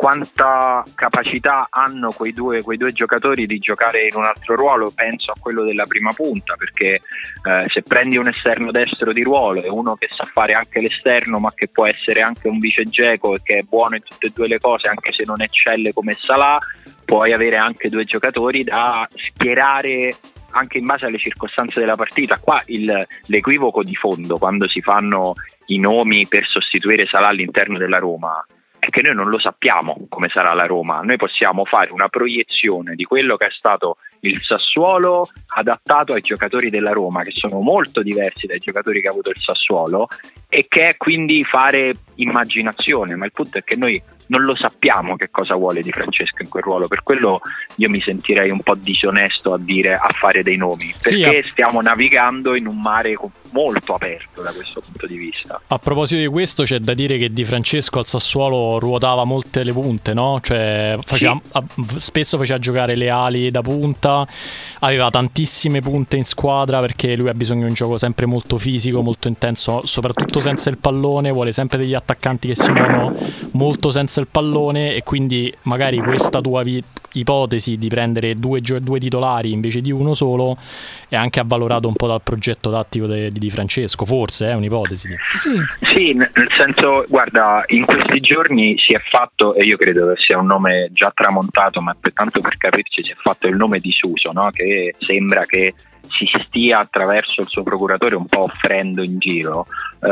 quanta capacità hanno quei due giocatori di giocare in un altro ruolo. Penso a quello della prima punta, perché se prendi un esterno destro di ruolo e uno che sa fare anche l'esterno ma che può essere anche un vice Dzeko e che è buono in tutte e due le cose, anche se non eccelle come Salah, puoi avere anche 2 giocatori da schierare anche in base alle circostanze della partita. Qua l'equivoco di fondo quando si fanno i nomi per sostituire Salah all'interno della Roma è che noi non lo sappiamo come sarà la Roma. Noi possiamo fare una proiezione di quello che è stato il Sassuolo adattato ai giocatori della Roma, che sono molto diversi dai giocatori che ha avuto il Sassuolo, e che è quindi fare immaginazione, ma il punto è che noi non lo sappiamo che cosa vuole Di Francesco in quel ruolo. Per quello io mi sentirei un po' disonesto a fare dei nomi, perché stiamo navigando in un mare molto aperto da questo punto di vista. A proposito di questo, c'è da dire che Di Francesco al Sassuolo ruotava molte le punte, no? Cioè spesso faceva giocare le ali da punta, aveva tantissime punte in squadra, perché lui ha bisogno di un gioco sempre molto fisico, molto intenso, soprattutto senza il pallone, vuole sempre degli attaccanti che si muovono molto senza il pallone, e quindi magari questa tua ipotesi di prendere due titolari invece di uno solo è anche avvalorato un po' dal progetto tattico di Francesco, forse è un'ipotesi. Sì, nel senso, guarda, in questi giorni si è fatto, e io credo che sia un nome già tramontato, ma tanto per capirci, si è fatto il nome di Suso, no? Che sembra che si stia attraverso il suo procuratore un po' offrendo in giro.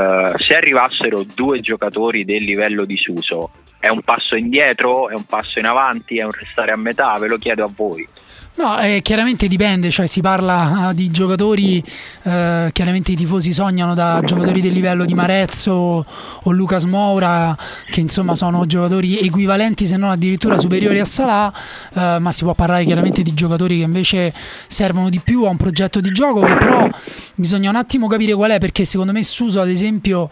Se arrivassero 2 giocatori del livello di Suso, è un passo indietro, è un passo in avanti, è un restare a metà? Ve lo chiedo a voi. No, chiaramente dipende, cioè si parla di giocatori, chiaramente i tifosi sognano da giocatori del livello di Marezzo o Lucas Moura, che insomma sono giocatori equivalenti se non addirittura superiori a Salah, ma si può parlare chiaramente di giocatori che invece servono di più a un progetto di gioco, che però bisogna un attimo capire qual è, perché secondo me Suso ad esempio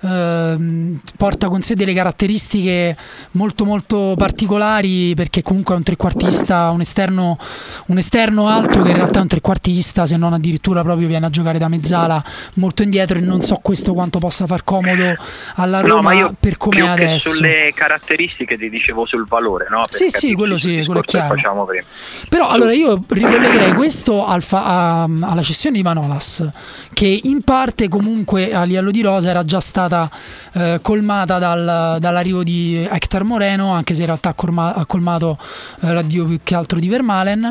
porta con sé delle caratteristiche molto molto particolari, perché comunque è un trequartista, un esterno alto che in realtà è un trequartista, se non addirittura proprio viene a giocare da mezzala molto indietro, e non so questo quanto possa far comodo alla Roma, ma per come è adesso. Sulle caratteristiche ti dicevo sul valore, no? Sì, quello è chiaro. Però allora io ricollegherei questo alla cessione di Manolas, che in parte comunque a livello di rosa era già stata colmata dall'arrivo di Héctor Moreno, anche se in realtà ha colmato l'addio più che altro di Vermaelen.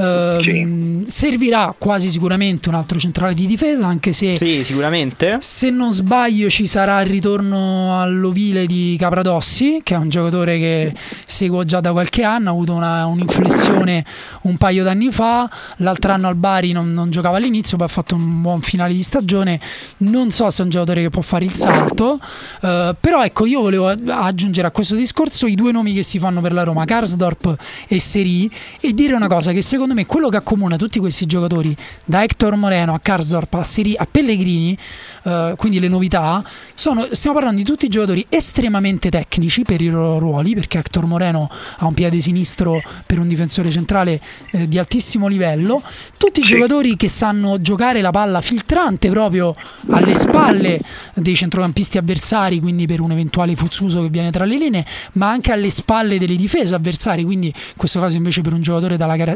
Servirà quasi sicuramente un altro centrale di difesa, anche se sicuramente, se non sbaglio, ci sarà il ritorno all'ovile di Capradossi, che è un giocatore che seguo già da qualche anno, ha avuto un'inflessione un paio d'anni fa, l'altro anno al Bari non giocava all'inizio, poi ha fatto un buon finale di stagione. Non so se è un giocatore che può fare il salto, però ecco, io volevo aggiungere a questo discorso i 2 nomi che si fanno per la Roma, Karsdorp e Seri, e dire una cosa, che secondo me quello che accomuna tutti questi giocatori, da Héctor Moreno a Karsdorp a Seri a Pellegrini, quindi le novità stiamo parlando di tutti i giocatori estremamente tecnici per i loro ruoli, perché Héctor Moreno ha un piede sinistro per un difensore centrale di altissimo livello, tutti i giocatori che sanno giocare la palla filtrante proprio alle spalle dei centrocampisti avversari, quindi per un eventuale Fuzzuso che viene tra le linee, ma anche alle spalle delle difese avversarie, quindi in questo caso invece per un giocatore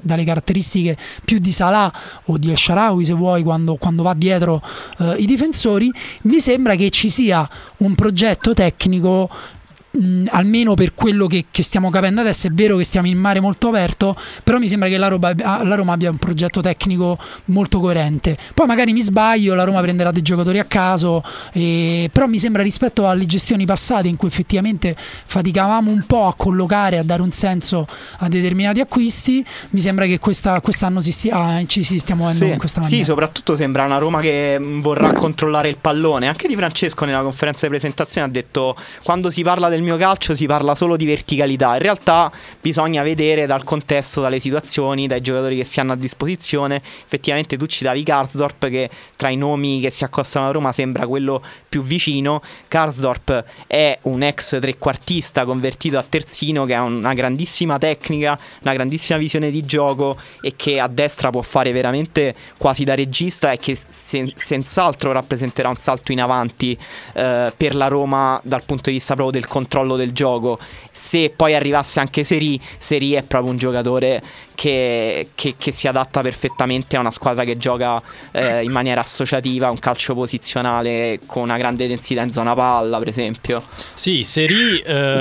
dalle caratteristiche più di Salah o di El Shaarawy, se vuoi, quando va dietro i difensori. Mi sembra che ci sia un progetto tecnico, almeno per quello che stiamo capendo adesso. È vero che stiamo in mare molto aperto, però mi sembra che la Roma abbia un progetto tecnico molto coerente. Poi magari mi sbaglio, la Roma prenderà dei giocatori a caso, però mi sembra, rispetto alle gestioni passate in cui effettivamente faticavamo un po' a collocare, a dare un senso a determinati acquisti, mi sembra che quest'anno ci si stia muovendo in questa maniera. Sì, soprattutto sembra una Roma che vorrà controllare il pallone. Anche Di Francesco nella conferenza di presentazione ha detto: quando si parla del mio calcio si parla solo di verticalità. In realtà bisogna vedere dal contesto, dalle situazioni, dai giocatori che si hanno a disposizione. Effettivamente tu citavi Karsdorp, che tra i nomi che si accostano a Roma sembra quello più vicino. Karsdorp è un ex trequartista convertito a terzino, che ha una grandissima tecnica, una grandissima visione di gioco e che a destra può fare veramente quasi da regista, e che senz'altro rappresenterà un salto in avanti per la Roma dal punto di vista proprio del controllo del gioco. Se poi arrivasse anche Seri è proprio un giocatore che si adatta perfettamente a una squadra che gioca in maniera associativa, un calcio posizionale con una grande densità in zona palla, per esempio. Sì, Seri,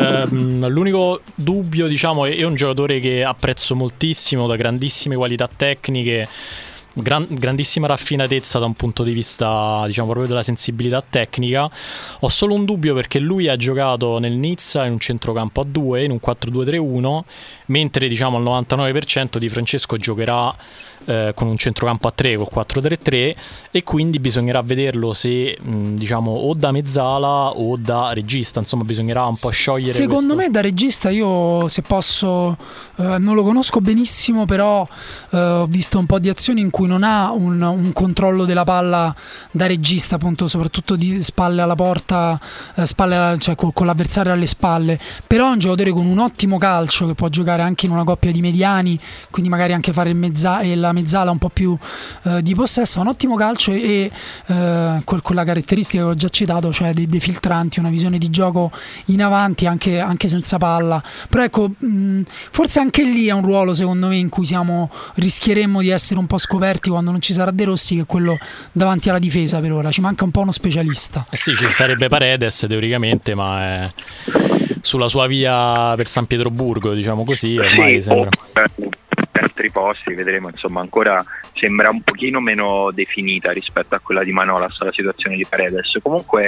l'unico dubbio, diciamo, è un giocatore che apprezzo moltissimo, da grandissime qualità tecniche, grandissima raffinatezza da un punto di vista, diciamo, proprio della sensibilità tecnica. Ho solo un dubbio perché lui ha giocato nel Nizza in un centrocampo a 2, in un 4-2-3-1, mentre, diciamo, al 99% Di Francesco giocherà con un centrocampo a 3, col 4-3-3, e quindi bisognerà vederlo se diciamo o da mezzala o da regista. Insomma, bisognerà un po' sciogliere. Secondo me da regista, io, se posso, non lo conosco benissimo, però ho visto un po' di azioni in cui non ha un controllo della palla da regista, appunto, soprattutto di spalle alla porta, cioè con l'avversario alle spalle. Però è un giocatore con un ottimo calcio, che può giocare anche in una coppia di mediani, quindi magari anche fare la mezzala un po' più di possesso. Ha un ottimo calcio e quella caratteristica che ho già citato, cioè dei filtranti, una visione di gioco in avanti anche senza palla. Però ecco, forse anche lì è un ruolo, secondo me, in cui rischieremmo di essere un po' scoperti quando non ci sarà De Rossi, che è quello davanti alla difesa. Per ora ci manca un po' uno specialista. Sì, ci sarebbe Paredes teoricamente, ma è sulla sua via per San Pietroburgo, diciamo così, ormai sembra. Per altri posti vedremo, insomma, ancora sembra un pochino meno definita rispetto a quella di Manolas, la situazione di Paredes. Comunque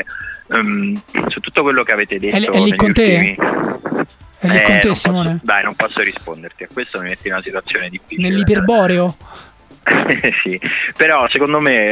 su tutto quello che avete detto è lì con te? È lì con te, Simone? Non posso risponderti a questo, mi metti in una situazione difficile. Nell'iperboreo? Sì, però secondo me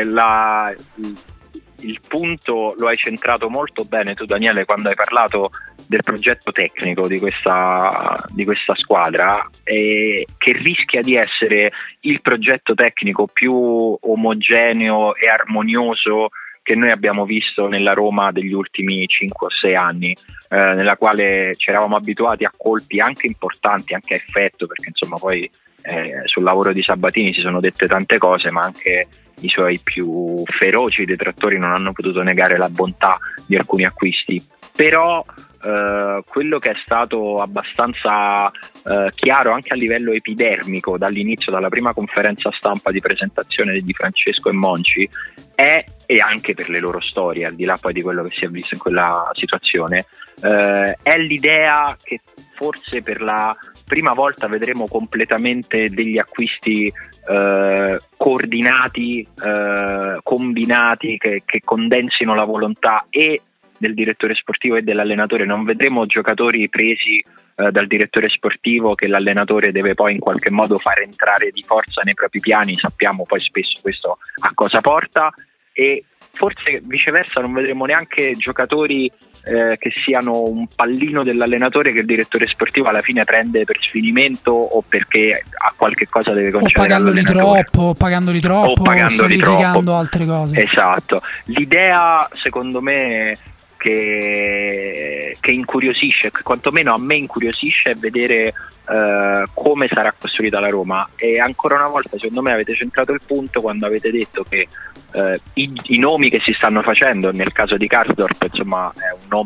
il punto lo hai centrato molto bene tu, Daniele, quando hai parlato del progetto tecnico di questa squadra, che rischia di essere il progetto tecnico più omogeneo e armonioso che noi abbiamo visto nella Roma degli ultimi 5 o 6 anni, nella quale ci eravamo abituati a colpi anche importanti, anche a effetto, perché insomma poi sul lavoro di Sabatini si sono dette tante cose, ma anche i suoi più feroci detrattori non hanno potuto negare la bontà di alcuni acquisti. Però quello che è stato abbastanza chiaro anche a livello epidermico dall'inizio, dalla prima conferenza stampa di presentazione di Francesco e Monci, e anche per le loro storie, al di là poi di quello che si è visto in quella situazione, è l'idea che forse per la prima volta vedremo completamente degli acquisti coordinati, combinati, che condensino la volontà e del direttore sportivo e dell'allenatore. Non vedremo giocatori presi dal direttore sportivo che l'allenatore deve poi in qualche modo far entrare di forza nei propri piani. Sappiamo poi spesso questo a cosa porta, e forse viceversa non vedremo neanche giocatori che siano un pallino dell'allenatore che il direttore sportivo alla fine prende per sfinimento o perché ha qualche cosa deve concedere all'allenatore, o pagandoli troppo o sacrificando altre cose. Esatto. L'idea, secondo me, che incuriosisce, quantomeno a me incuriosisce, è vedere come sarà costruita la Roma. E ancora una volta, secondo me, avete centrato il punto quando avete detto che i nomi che si stanno facendo, nel caso di Karsdorp, insomma, è un nome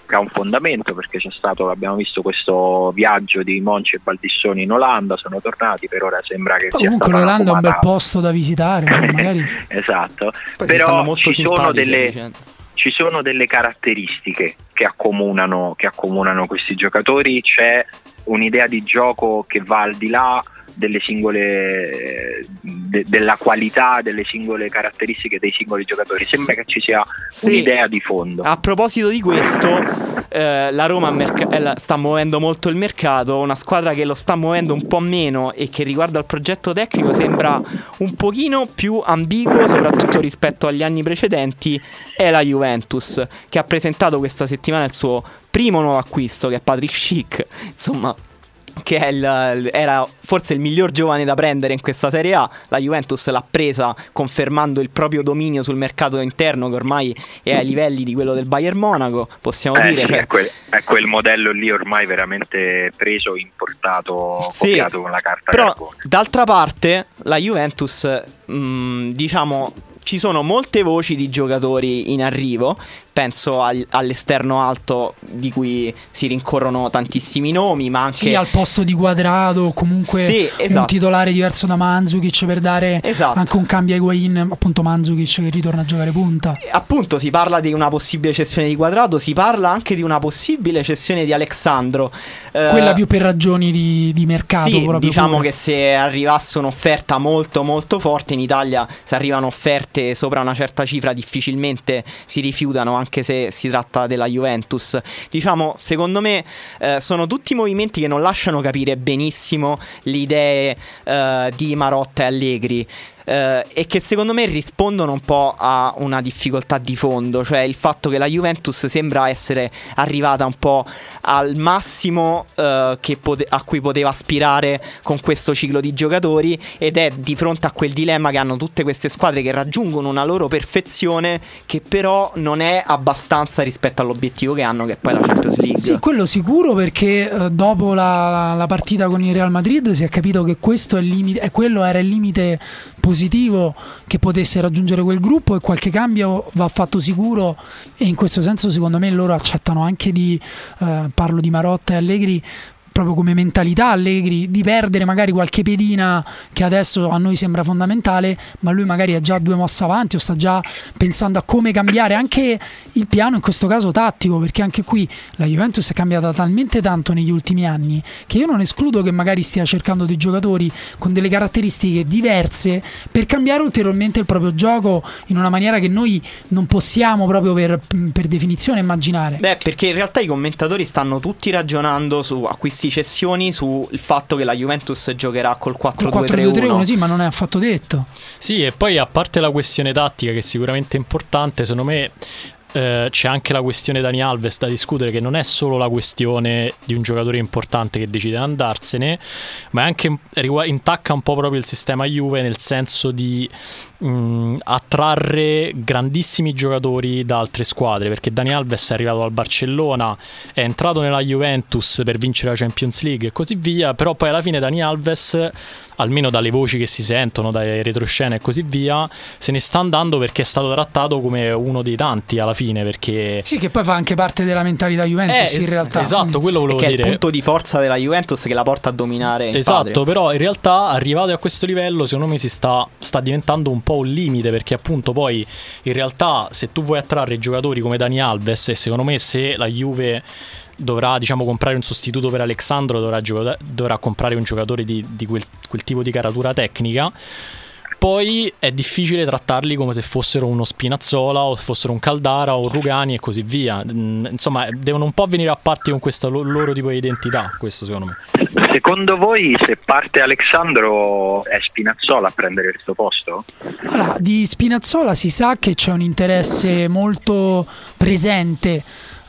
ha un fondamento, perché abbiamo visto questo viaggio di Monci e Baldissoni in Olanda, sono tornati, per ora sembra che sia comunque l'Olanda è un bel posto da visitare, magari. Esatto. Poi però ci sono delle caratteristiche che accomunano questi giocatori. C'è un'idea di gioco che va al di là delle singole della qualità delle singole caratteristiche dei singoli giocatori. Sembra che ci sia un'idea di fondo. A proposito di questo, la Roma sta muovendo molto il mercato. Una squadra che lo sta muovendo un po' meno e che riguardo al progetto tecnico sembra un pochino più ambiguo, soprattutto rispetto agli anni precedenti, è la Juventus, che ha presentato questa settimana il suo primo nuovo acquisto, che è Patrick Schick, insomma, che era forse il miglior giovane da prendere in questa Serie A. La Juventus l'ha presa confermando il proprio dominio sul mercato interno, che ormai è ai livelli di quello del Bayern Monaco, possiamo dire. Sì, è quel modello lì ormai veramente preso, importato, copiato con la carta però carbone. D'altra parte la Juventus, diciamo, ci sono molte voci di giocatori in arrivo. Penso all'esterno alto, di cui si rincorrono tantissimi nomi, ma anche al posto di Quadrado, comunque un titolare diverso da Mandzukic, per dare anche un cambio a Higuain, appunto Mandzukic che ritorna a giocare punta. Appunto si parla di una possibile cessione di Quadrado, si parla anche di una possibile cessione di Alexandro, quella più per ragioni di mercato. Sì, proprio diciamo pure. che se arrivasse un'offerta molto molto forte in Italia, se arrivano offerte sopra una certa cifra difficilmente si rifiutano, anche se si tratta della Juventus. Diciamo, secondo me sono tutti movimenti che non lasciano capire benissimo le idee di Marotta e Allegri, e che secondo me rispondono un po' a una difficoltà di fondo, cioè il fatto che la Juventus sembra essere arrivata un po' al massimo a cui poteva aspirare con questo ciclo di giocatori, ed è di fronte a quel dilemma che hanno tutte queste squadre che raggiungono una loro perfezione, che però non è abbastanza rispetto all'obiettivo che hanno, che è poi la Champions League. Sì, quello sicuro, perché dopo la partita con il Real Madrid si è capito che questo è il limite, quello era il limite positivo che potesse raggiungere quel gruppo, e qualche cambio va fatto sicuro, e in questo senso secondo me loro accettano anche parlo di Marotta e Allegri, proprio come mentalità Allegri, di perdere magari qualche pedina che adesso a noi sembra fondamentale, ma lui magari ha già 2 mosse avanti o sta già pensando a come cambiare anche il piano, in questo caso tattico, perché anche qui la Juventus è cambiata talmente tanto negli ultimi anni che io non escludo che magari stia cercando dei giocatori con delle caratteristiche diverse per cambiare ulteriormente il proprio gioco in una maniera che noi non possiamo proprio per definizione immaginare. Beh, perché in realtà i commentatori stanno tutti ragionando su acquisti, cessioni, sul fatto che la Juventus giocherà col 4-2-3-1. Sì, ma non è affatto detto. Sì, e poi a parte la questione tattica, che è sicuramente importante, secondo me c'è anche la questione Dani Alves da discutere, che non è solo la questione di un giocatore importante che decide di andarsene, ma è anche intacca un po' proprio il sistema Juve, nel senso di attrarre grandissimi giocatori da altre squadre, perché Dani Alves è arrivato dal Barcellona, è entrato nella Juventus per vincere la Champions League e così via, però poi alla fine Dani Alves, almeno dalle voci che si sentono, dalle retroscene e così via, se ne sta andando perché è stato trattato come uno dei tanti alla fine, perché sì, che poi fa anche parte della mentalità Juventus in realtà. Esatto, quello volevo dire. Che è il punto di forza della Juventus che la porta a dominare. Esatto, però in realtà arrivati a questo livello secondo me sta diventando un po' un limite, perché appunto poi in realtà se tu vuoi attrarre giocatori come Dani Alves, e secondo me se la Juve dovrà, diciamo, comprare un sostituto per Alexandro, dovrà comprare un giocatore di quel tipo di caratura tecnica, poi è difficile trattarli come se fossero uno Spinazzola o fossero un Caldara o un Rugani e così via. Insomma, devono un po' venire a patti con questo loro tipo di identità, questo secondo me. Secondo voi, se parte Alexandro, è Spinazzola a prendere il suo posto? Allora, di Spinazzola si sa che c'è un interesse molto presente,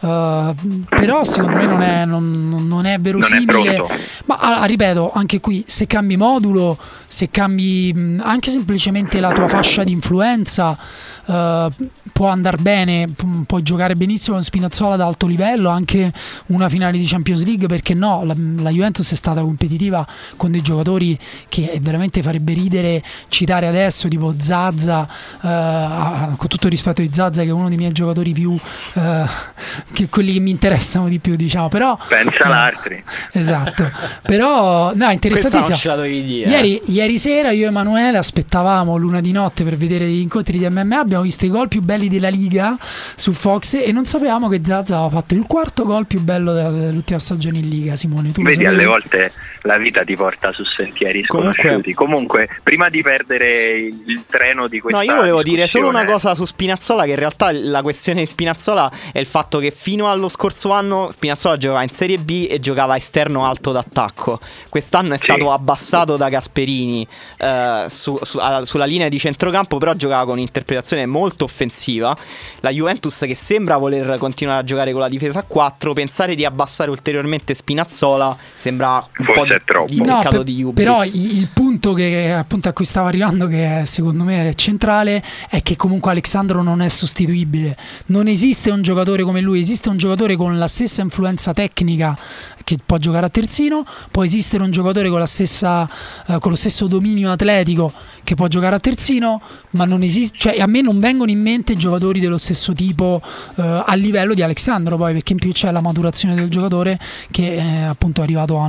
però secondo me non è verosimile. Ma ripeto, anche qui, se cambi modulo, se cambi anche semplicemente la tua fascia di influenza, può andare bene, puoi giocare benissimo con Spinazzola ad alto livello, anche una finale di Champions League, perché no? La Juventus è stata competitiva con dei giocatori che veramente farebbe ridere citare adesso, tipo Zaza, con tutto il rispetto di Zaza, che è uno dei miei giocatori più quelli che mi interessano di più, diciamo. Però pensa all'altri. Esatto. Però no, interessantissimo. Non ce la dovevi dire. Ieri sera io e Emanuele aspettavamo l'una di notte per vedere gli incontri di MMA. Abbiamo visto i gol più belli della Liga su Fox e non sapevamo che Zaza aveva fatto il 4º gol più bello dell'ultima stagione in Liga. Simone, tu vedi, alle volte la vita ti porta su sentieri sconosciuti. Comunque, prima di perdere il treno di questa io volevo dire solo una cosa su Spinazzola, che in realtà la questione di Spinazzola è il fatto che fino allo scorso anno Spinazzola giocava in Serie B e giocava esterno alto d'attacco. Quest'anno è stato abbassato da Gasperini sulla linea di centrocampo, però giocava con un'interpretazione molto offensiva. La Juventus, che sembra voler continuare a giocare con la difesa a 4, pensare di abbassare ulteriormente Spinazzola sembra un po' di mercato di Juventus. Però il punto che appunto a cui stavo arrivando, che secondo me è centrale, è che comunque Alexandro non è sostituibile. Non esiste un giocatore come lui. Esiste un giocatore con la stessa influenza tecnica che può giocare a terzino, può esistere un giocatore con la stessa con lo stesso dominio atletico che può giocare a terzino, ma non esiste, cioè a me non vengono in mente giocatori dello stesso tipo a livello di Alexandro, poi, perché in più c'è la maturazione del giocatore che appunto è arrivato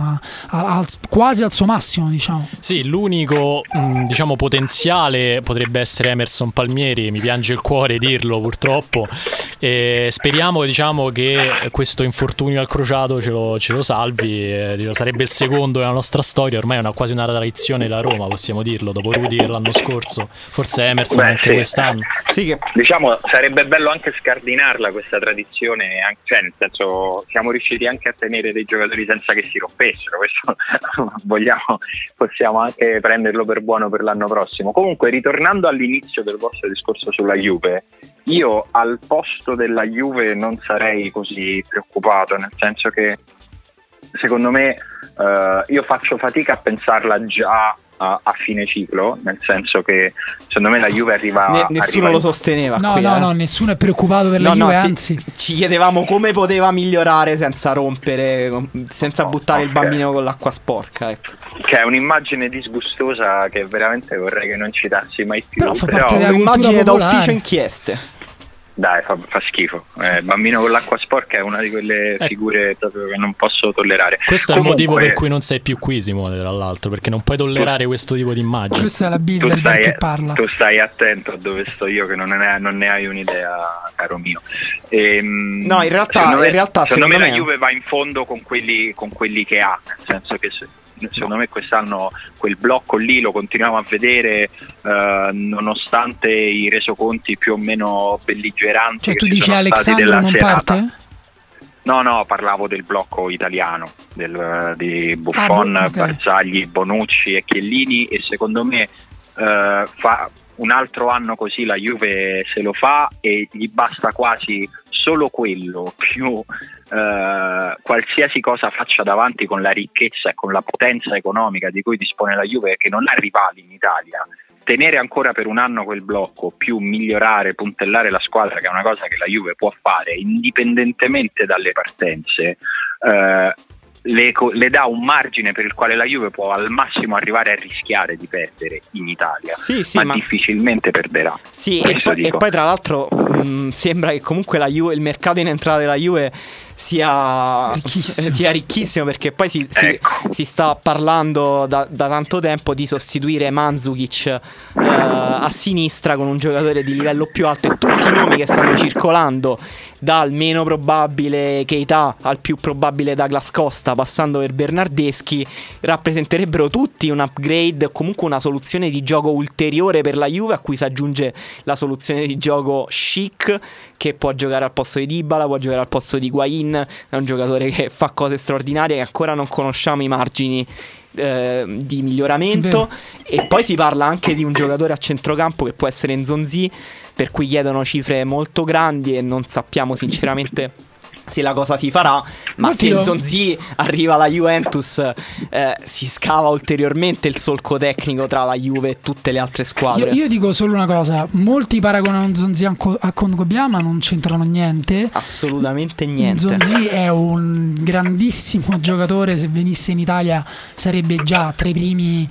quasi al suo massimo, diciamo. Sì, l'unico diciamo potenziale potrebbe essere Emerson Palmieri, mi piange il cuore dirlo purtroppo, e speriamo, diciamo, che questo infortunio al crociato ce lo salvi, sarebbe il secondo nella nostra storia, ormai è quasi una tradizione della Roma, possiamo dirlo, dopo Rudiger l'anno scorso, forse Emerson anche quest'anno. Sì, che diciamo sarebbe bello anche scardinarla questa tradizione, cioè nel senso siamo riusciti anche a tenere dei giocatori senza che si rompessero, questo possiamo anche prenderlo per buono per l'anno prossimo. Comunque, ritornando all'inizio del vostro discorso sulla Juve, io al posto della Juve non sarei così preoccupato, nel senso che secondo me io faccio fatica a pensarla già a fine ciclo, nel senso che secondo me la Juve nessuno lo sosteneva. No, nessuno è preoccupato per la Juve, anzi ci chiedevamo come poteva migliorare senza rompere, senza buttare il bambino con l'acqua sporca, ecco. Che è un'immagine disgustosa che veramente vorrei che non citassi mai più. Però fa parte della un'immagine da ufficio inchieste. Dai, fa schifo. Bambino con l'acqua sporca è una di quelle figure proprio che non posso tollerare. Questo è il motivo per cui non sei più qui, Simone, tra l'altro, perché non puoi tollerare questo tipo di immagine. Questa è la Bibbia del che parla. Tu stai attento a dove sto io, che non ne hai un'idea, caro mio. No, in realtà secondo me la Juve va in fondo con quelli che ha, nel senso che secondo me quest'anno quel blocco lì lo continuiamo a vedere, nonostante i resoconti più o meno belligeranti. Cioè tu dici Alexandro non serata. Parte? No, parlavo del blocco italiano, di Buffon, Barzagli, Bonucci e Chiellini, e secondo me fa un altro anno così la Juve se lo fa e gli basta quasi solo quello, più qualsiasi cosa faccia davanti con la ricchezza e con la potenza economica di cui dispone la Juve, che non ha rivali in Italia. Tenere ancora per un anno quel blocco, più migliorare, puntellare la squadra, che è una cosa che la Juve può fare indipendentemente dalle partenze, le dà un margine per il quale la Juve può al massimo arrivare a rischiare di perdere in Italia, ma difficilmente perderà. Sì, e poi tra l'altro sembra che comunque la Juve, il mercato in entrata della Juve sia ricchissimo, perché poi si sta parlando da tanto tempo di sostituire Mandzukic a sinistra con un giocatore di livello più alto, e tutti i nomi che stanno circolando, dal meno probabile Keita al più probabile Douglas Costa, passando per Bernardeschi, rappresenterebbero tutti un upgrade o comunque una soluzione di gioco ulteriore per la Juve, a cui si aggiunge la soluzione di gioco Schick, che può giocare al posto di Dybala, può giocare al posto di Higuain. È un giocatore che fa cose straordinarie, che ancora non conosciamo i margini di miglioramento. E poi si parla anche di un giocatore a centrocampo che può essere Nzonzi, per cui chiedono cifre molto grandi e non sappiamo sinceramente se la cosa si farà, ma se Nzonzi arriva alla Juventus si scava ulteriormente il solco tecnico tra la Juve e tutte le altre squadre. Io dico solo una cosa: molti paragonano Nzonzi a Kondogbia, ma non c'entrano niente, assolutamente niente. Nzonzi è un grandissimo giocatore, se venisse in Italia sarebbe già tra i primi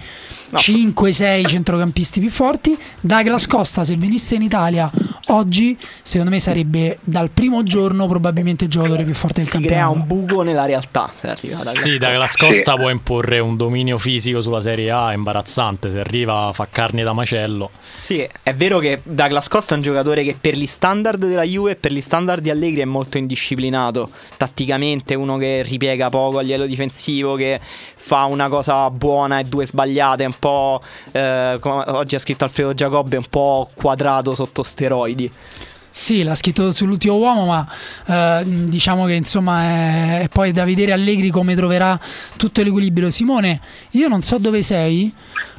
5-6 centrocampisti più forti. Douglas Costa, se venisse in Italia oggi, secondo me sarebbe dal primo giorno probabilmente il giocatore più forte del campionato. Si crea un buco nella realtà se arriva Douglas Costa può imporre un dominio fisico sulla Serie A imbarazzante, se arriva fa carne da macello. Sì, è vero che Douglas Costa è un giocatore che per gli standard della Juve e per gli standard di Allegri è molto indisciplinato tatticamente, uno che ripiega poco a livello difensivo, che fa una cosa buona e due sbagliate, un po' come oggi ha scritto Alfredo Giacobbe, un po' quadrato sotto steroidi. Sì, l'ha scritto sull'ultimo uomo, ma diciamo che insomma è poi da vedere Allegri come troverà tutto l'equilibrio. Simone, io non so dove sei,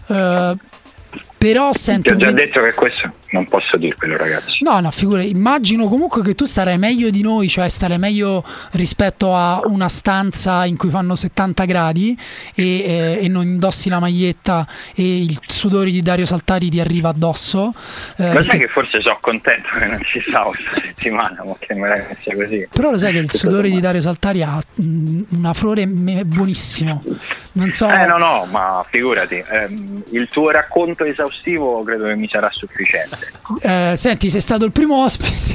però sento... Ti ho già detto che questo non posso dirvelo, ragazzi. No, figura, immagino comunque che tu starai meglio di noi, cioè starai meglio rispetto a una stanza in cui fanno 70 gradi e non indossi la maglietta e il sudore di Dario Saltari ti arriva addosso. Lo sai che forse sono contento che non ci stavo questa settimana, ma che non è che sia così. Però lo sai che il sudore di Dario Saltari ha una flore buonissimo. Non so. No, ma figurati, il tuo racconto esaustivo credo che mi sarà sufficiente. Senti, sei stato il primo ospite.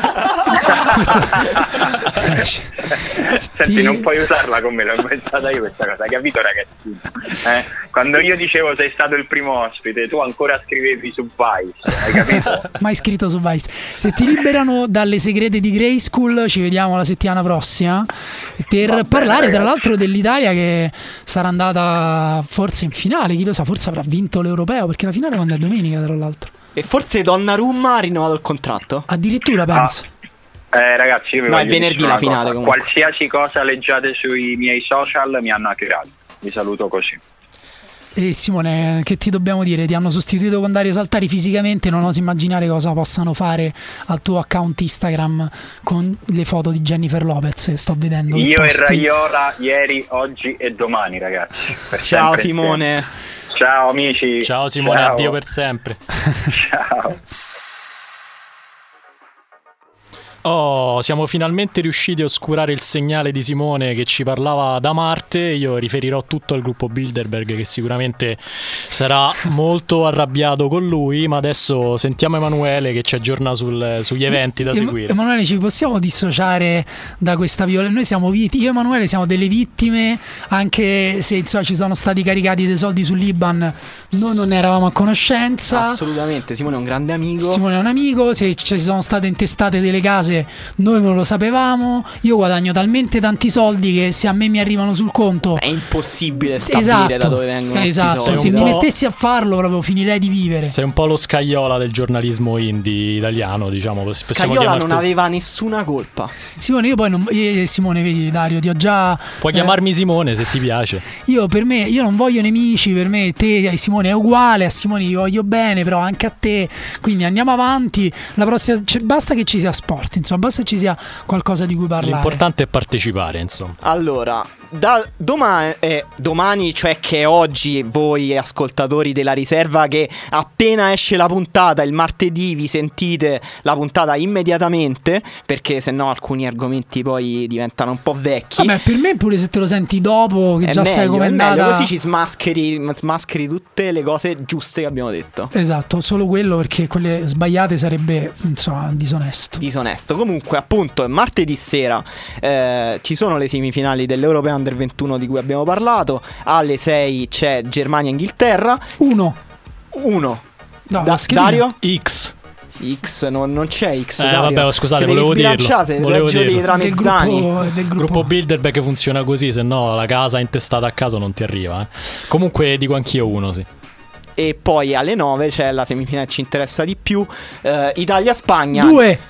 Senti, non puoi usarla come l'ho pensata io questa cosa, hai capito, ragazzino? Quando io dicevo sei stato il primo ospite, tu ancora scrivevi su Vice, hai capito? Mai scritto su Vice. Se ti liberano dalle segrete di Grey School, ci vediamo la settimana prossima per parlare, ragazzi, tra l'altro dell'Italia che sarà andata forse in finale, chi lo sa, forse avrà vinto l'Europeo, perché la finale quando è domenica, tra l'altro. E forse Donnarumma ha rinnovato il contratto? Addirittura, penso. Ragazzi, io vi voglio è venerdì la finale comunque. Qualsiasi cosa leggiate sui miei social mi hanno hackerato. Vi saluto così. E Simone, che ti dobbiamo dire? Ti hanno sostituito con Dario Saltari fisicamente, non oso immaginare cosa possano fare al tuo account Instagram con le foto di Jennifer Lopez che sto vedendo. Io e Raiola ieri, oggi e domani, ragazzi. Ciao Simone. Insieme. Ciao amici. Ciao Simone, ciao. Addio per sempre. Ciao. Oh, siamo finalmente riusciti a oscurare il segnale di Simone che ci parlava da Marte. Io riferirò tutto al gruppo Bilderberg, che sicuramente sarà molto arrabbiato con lui. Ma adesso sentiamo Emanuele che ci aggiorna sugli eventi da seguire. Emanuele, ci possiamo dissociare da questa violenza? Noi siamo io e Emanuele siamo delle vittime, anche se insomma ci sono stati caricati dei soldi sull'Iban, noi non ne eravamo a conoscenza. Assolutamente, Simone è un grande amico. Simone è un amico. Se ci sono state intestate delle case noi non lo sapevamo. Io guadagno talmente tanti soldi che se a me mi arrivano sul conto è impossibile stabilire da dove vengono questi soldi. Se mi mettessi a farlo proprio finirei di vivere. Sei un po' lo Scaiola del giornalismo indie italiano, diciamo. Scaiola non aveva nessuna colpa. Simone, io poi non, Simone, vedi Dario, ti ho già... Puoi chiamarmi Simone se ti piace. Io non voglio nemici, per me te Simone è uguale, a Simone gli voglio bene, però anche a te, quindi andiamo avanti. La prossima, basta che ci sia sport, insomma, basta che ci sia qualcosa di cui parlare. L'importante è partecipare, insomma. Allora, da domani, cioè che oggi, voi ascoltatori della riserva, che appena esce la puntata il martedì vi sentite la puntata immediatamente, perché sennò alcuni argomenti poi diventano un po' vecchi. Vabbè, per me pure se te lo senti dopo che è già meglio, sai com'è andata, così ci smascheri tutte le cose giuste che abbiamo detto. Esatto, solo quello, perché quelle sbagliate sarebbe insomma disonesto. Comunque, appunto, martedì sera ci sono le semifinali dell'Europeo Under 21 di cui abbiamo parlato. Alle 6 c'è Germania-Inghilterra. 1. No, Dario? X, non c'è X. Vabbè, scusate, volevo dirlo. Del gruppo Bilderberg funziona così, se no la casa intestata a caso non ti arriva. Comunque dico anch'io 1, sì. E poi alle 9 c'è la semifinale che ci interessa di più, Italia-Spagna. 2.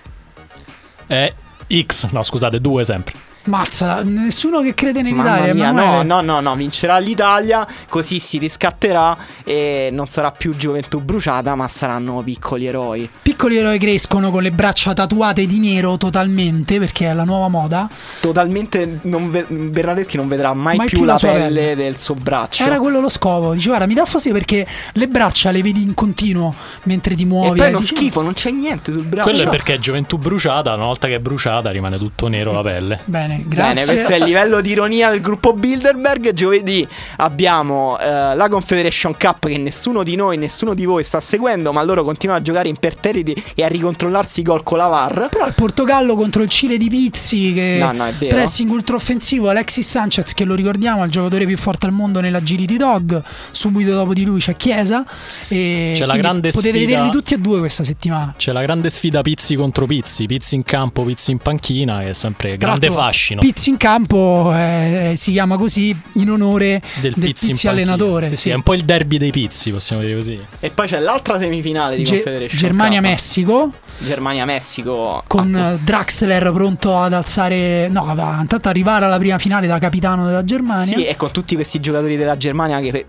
X, no scusate, 2 sempre. Mazza, nessuno che crede nell'Italia. No, vincerà l'Italia, così si riscatterà e non sarà più gioventù bruciata, ma saranno piccoli eroi. Piccoli eroi crescono con le braccia tatuate di nero totalmente, perché è la nuova moda. Totalmente Bernardeschi non vedrà mai più la pelle del suo braccio. Era quello lo scopo. Dice, guarda, mi dà fastidio perché le braccia le vedi in continuo mentre ti muovi. E poi è uno schifo, non c'è niente sul braccio. Quello è perché è gioventù bruciata, una volta che è bruciata rimane tutto nero la pelle. Bene. Bene, grazie. Bene, questo è il livello di ironia del gruppo Bilderberg. Giovedì abbiamo la Confederation Cup che nessuno di noi, nessuno di voi sta seguendo, ma loro continuano a giocare imperterriti e a ricontrollarsi i gol con la VAR. Però il Portogallo contro il Cile di Pizzi, che No, è vero. pressing ultraoffensivo, Alexis Sanchez, che lo ricordiamo è il giocatore più forte al mondo nell'agility dog, subito dopo di lui c'è Chiesa, e c'è la grande potete sfida, vederli tutti e due questa settimana. c'è la grande sfida Pizzi contro Pizzi, Pizzi in campo, Pizzi in panchina, che è sempre grande fascino. Pizzi in campo si chiama così in onore del Pizzi allenatore. Sì, è un po' il derby dei Pizzi, possiamo dire così. E poi c'è l'altra semifinale di Confederation Germania-Messico. Germania-Messico con Draxler pronto ad alzare, intanto arrivare alla prima finale da capitano della Germania. Sì, e con tutti questi giocatori della Germania che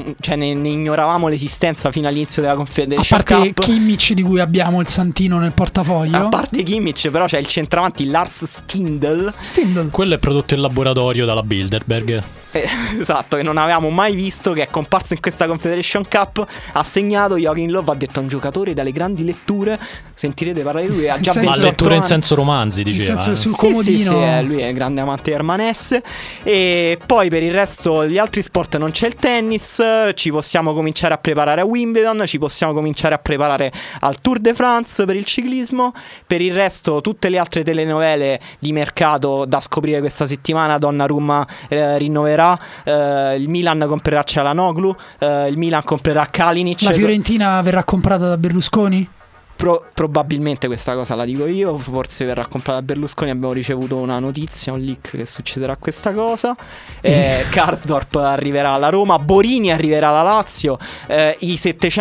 ne ignoravamo l'esistenza fino all'inizio della Confederation Cup. A parte Kimmich, di cui abbiamo il santino nel portafoglio. A parte Kimmich, però c'è il centravanti Lars Stindl. Quello è prodotto in laboratorio dalla Bilderberg. Esatto, che non avevamo mai visto, che è comparso in questa Confederation Cup. Ha segnato, Joachim Löw ha detto: un giocatore dalle grandi letture. Sentirete parlare di lui, ha già 28 letture anni. in senso romanzi, diceva. In senso sul Sì, comodino. lui è grande amante Hermanesse. E poi per il resto gli altri sport non c'è il tennis. Ci possiamo cominciare a preparare a Wimbledon, ci possiamo cominciare a preparare al Tour de France per il ciclismo. Per il resto tutte le altre telenovele di mercato da scoprire questa settimana. Donnarumma rinnoverà, il Milan comprerà Çalhanoğlu, il Milan comprerà Kalinic. La Fiorentina verrà comprata da Berlusconi? Probabilmente questa cosa la dico io. Forse verrà comprata da Berlusconi. Abbiamo ricevuto una notizia, un leak, che succederà questa cosa. Karsdorp arriverà alla Roma, Borini arriverà alla Lazio, i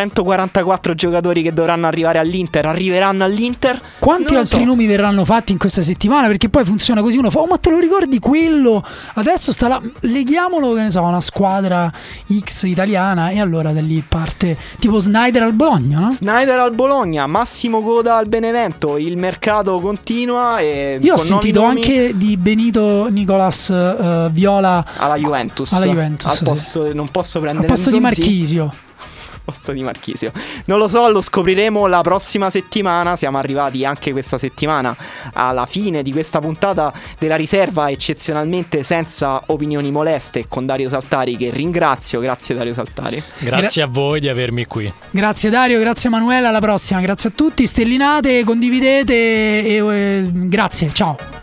744 giocatori che dovranno arrivare all'Inter arriveranno all'Inter. Quanti altri nomi verranno fatti in questa settimana? Perché poi funziona così, uno fa: oh, ma te lo ricordi quello? Adesso sta là, leghiamolo, che ne so, una squadra X italiana, e allora da lì parte tipo Sneijder al Bologna, no? Sneijder al Bologna, Massimo Coda al Benevento. Il mercato continua. E io ho sentito anche di Benito Nicolas Viola alla Juventus. Al posto, non posso prendere al posto di Marchisio. Posto di Marchisio. Non lo so, lo scopriremo la prossima settimana. Siamo arrivati anche questa settimana alla fine di questa puntata della riserva, eccezionalmente senza opinioni moleste, con Dario Saltari, che ringrazio. Grazie Dario Saltari. Grazie a voi di avermi qui. Grazie Dario, grazie Emanuele, alla prossima. Grazie a tutti, stellinate, condividete e grazie, ciao.